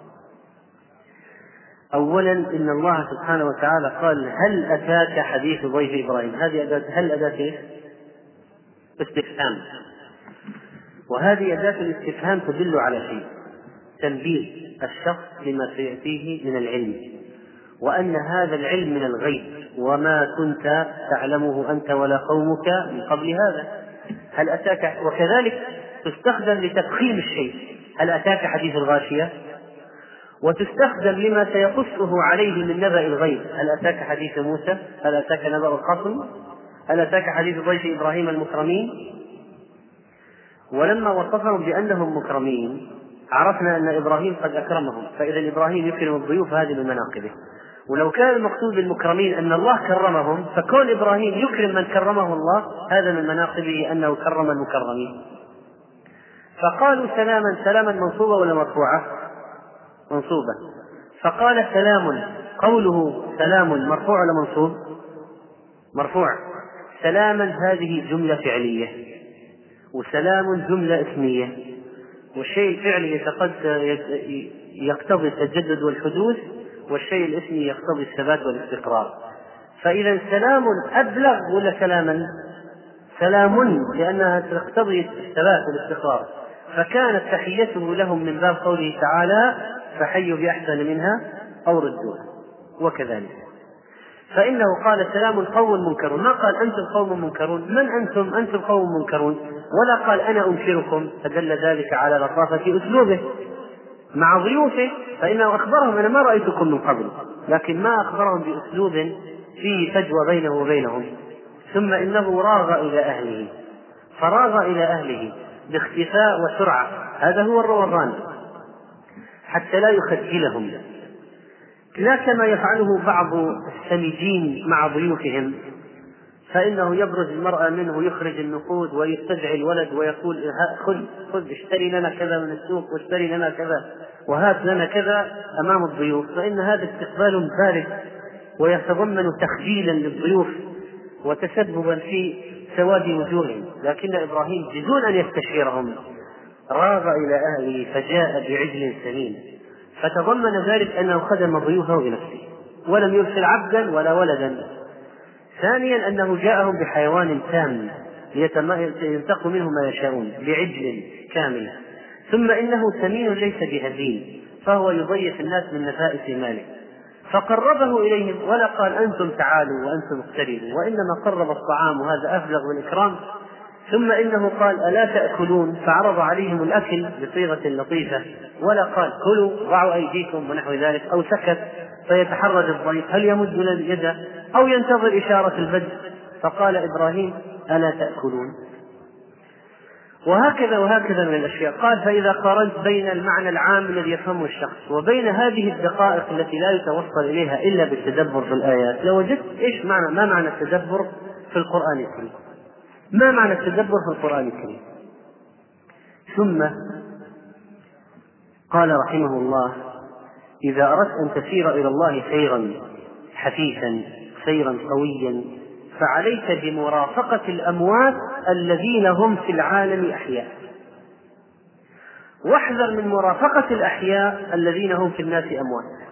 أولا إن الله سبحانه وتعالى قال: هل أتاك حديث ضيف إبراهيم؟ هذه أداة هل أداة استفهام، وهذه أداة الاستفهام تدل على شيء: تنبيه الشخص لما سيأتيه من العلم، وأن هذا العلم من الغيب وما كنت تعلمه أنت ولا قومك من قبل هذا. هل أتاك، وكذلك تستخدم لتفخيم الشيء: هل أتاك حديث الغاشية؟ وتستخدم لما سيقصه عليه من نبأ الغيب: هل أتاك حديث موسى؟ هل أتاك نبأ الخصم؟ هل أتاك حديث ضيف إبراهيم المكرمين؟ ولما وصفهم بأنهم مكرمين عرفنا أن إبراهيم قد أكرمهم، فإذا إبراهيم يكرم الضيوف هذه من مناقبه. ولو كان المقصود بالمكرمين أن الله كرمهم، فكون إبراهيم يكرم من كرمه الله هذا من مناقبه أنه كرم المكرمين. فقالوا سلاما، سلاما منصوبة ولا مرفوعة؟ منصوبة. فقال سلام، قوله سلام مرفوع ولا منصوب؟ مرفوع. سلاما هذه جملة فعلية، وسلام جملة اسمية، والشيء الفعلي يقتضي التجدد والحدوث، والشيء الاسمي يقتضي الثبات والاستقرار. فإذا سلام أبلغ ولا سلاما؟ سلام، لأنها تقتضي الثبات والاستقرار، فكانت تحيته لهم من باب قوله تعالى فحيوا بأحسن منها أو ردوها. وكذلك فإنه قال سلام قوم منكرون، ما قال أنتم قوم منكرون، من أنتم؟ أنتم قوم منكرون، ولا قال أنا أنكركم، فدل ذلك على لطافة أسلوبه مع ضيوفه، فإنه أخبرهم أنا ما رأيتكم من قبل، لكن ما أخبرهم بأسلوب فيه فجوة بينه وبينهم. ثم إنه راغ إلى أهله، فراغ إلى أهله باختفاء وسرعة، هذا هو الروضان، حتى لا يخجلهم، لا كما يفعله بعض السمجين مع ضيوفهم، فإنه يبرز المرأة منه يخرج النقود ويستدعي الولد ويقول خذ خذ اشتري لنا كذا من السوق واشتري لنا كذا وهات لنا كذا أمام الضيوف، فإن هذا استقبال بارد ويتضمن تخجيلا للضيوف وتسببا في سواد وجوههم. لكن إبراهيم بدون أن يستشيرهم راغ إلى أهله فجاء بعجل سمين، فتضمن ذلك أنه خدم ضيوفه بنفسه ولم يرسل عبدا ولا ولدا. ثانيا أنه جاءهم بحيوان تام ينتقوا منه ما يشاءون بعجل كامل. ثم إنه سمين ليس بهزيل، فهو يضيف الناس من نفائس ماله، فقربه إليهم ولا قال أنتم تعالوا وأنتم اقتربوا، وإنما قرب الطعام، وهذا أبلغ بالإكرام. ثم إنه قال ألا تأكلون، فعرض عليهم الأكل بصيغة لطيفة، ولا قال كلوا ضعوا أيديكم ونحو ذلك، أو سكت فيتحرج الضيف هل يمد يده أو ينتظر إشارة البدء، فقال إبراهيم ألا تأكلون. وهكذا وهكذا من الأشياء. قال فإذا قارنت بين المعنى العام الذي يفهمه الشخص وبين هذه الدقائق التي لا يتوصل إليها إلا بالتدبر في الآيات لوجدت إيش معنى ما معنى التدبر في القرآن الكريم، ما معنى التدبر في القرآن الكريم. ثم قال رحمه الله إذا أردت أن تسير إلى الله سيرا حثيثا سيرا قويا فعليك بمرافقة الأموات الذين هم في العالم أحياء، واحذر من مرافقة الأحياء الذين هم في الناس أموات.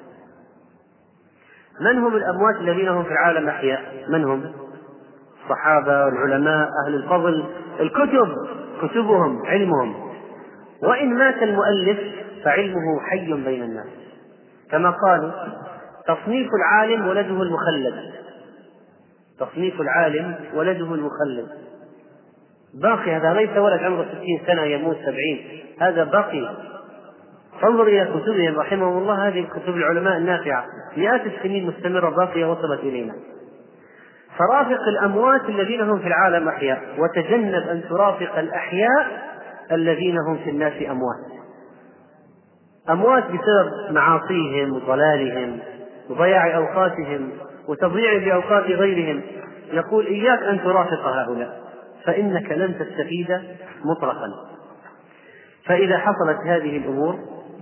من هم الأموات الذين هم في العالم أحياء؟ من هم؟ الصحابة والعلماء أهل الفضل، الكتب كتبهم علمهم، وإن مات المؤلف فعلمه حي بين الناس، كما قالوا تصنيف العالم ولده المخلد، تصنيف العالم ولده المخلد باقي، هذا ليس ولد عمره ستين سنة يموت سبعين، هذا باقي. فانظر إلى كتبهم رحمهم الله، هذه الكتب العلماء النافعة مئات السنين مستمرة باقية وصلت إلينا. فرافق الأموات الذين هم في العالم أحياء، وتجنب أن ترافق الأحياء الذين هم في الناس أموات. أموات بسبب معاصيهم وضلالهم وضياع أوقاتهم وتضييع بأوقات غيرهم، يقول إياك أن ترافق هؤلاء فإنك لن تستفيد مطلقا. فإذا حصلت هذه الأمور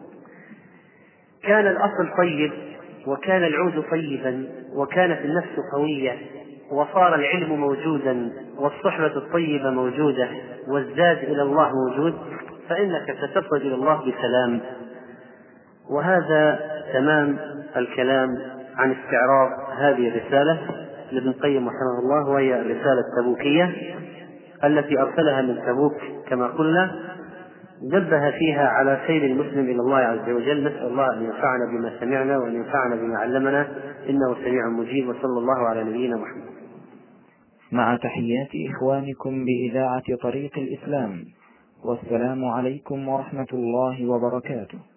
كان الأصل طيب وكان العود طيبا وكانت النفس قوية وصار العلم موجودا والصحبة الطيبة موجودة والزاد إلى الله موجود، فإنك ستصل إلى الله بسلام. وهذا تمام الكلام عن استعراض هذه الرسالة لابن القيم رحمه الله، وهي الرسالة التبوكية التي أرسلها من تبوك كما قلنا، نبه فيها على سير المسلم إلى الله عز وجل. نسأل الله أن ينفعنا بما سمعنا وأن ينفعنا بما علمنا، إنه سميع مجيب، وصلى الله على نبينا محمد. مع تحيات إخوانكم بإذاعة طريق الإسلام، والسلام عليكم ورحمة الله وبركاته.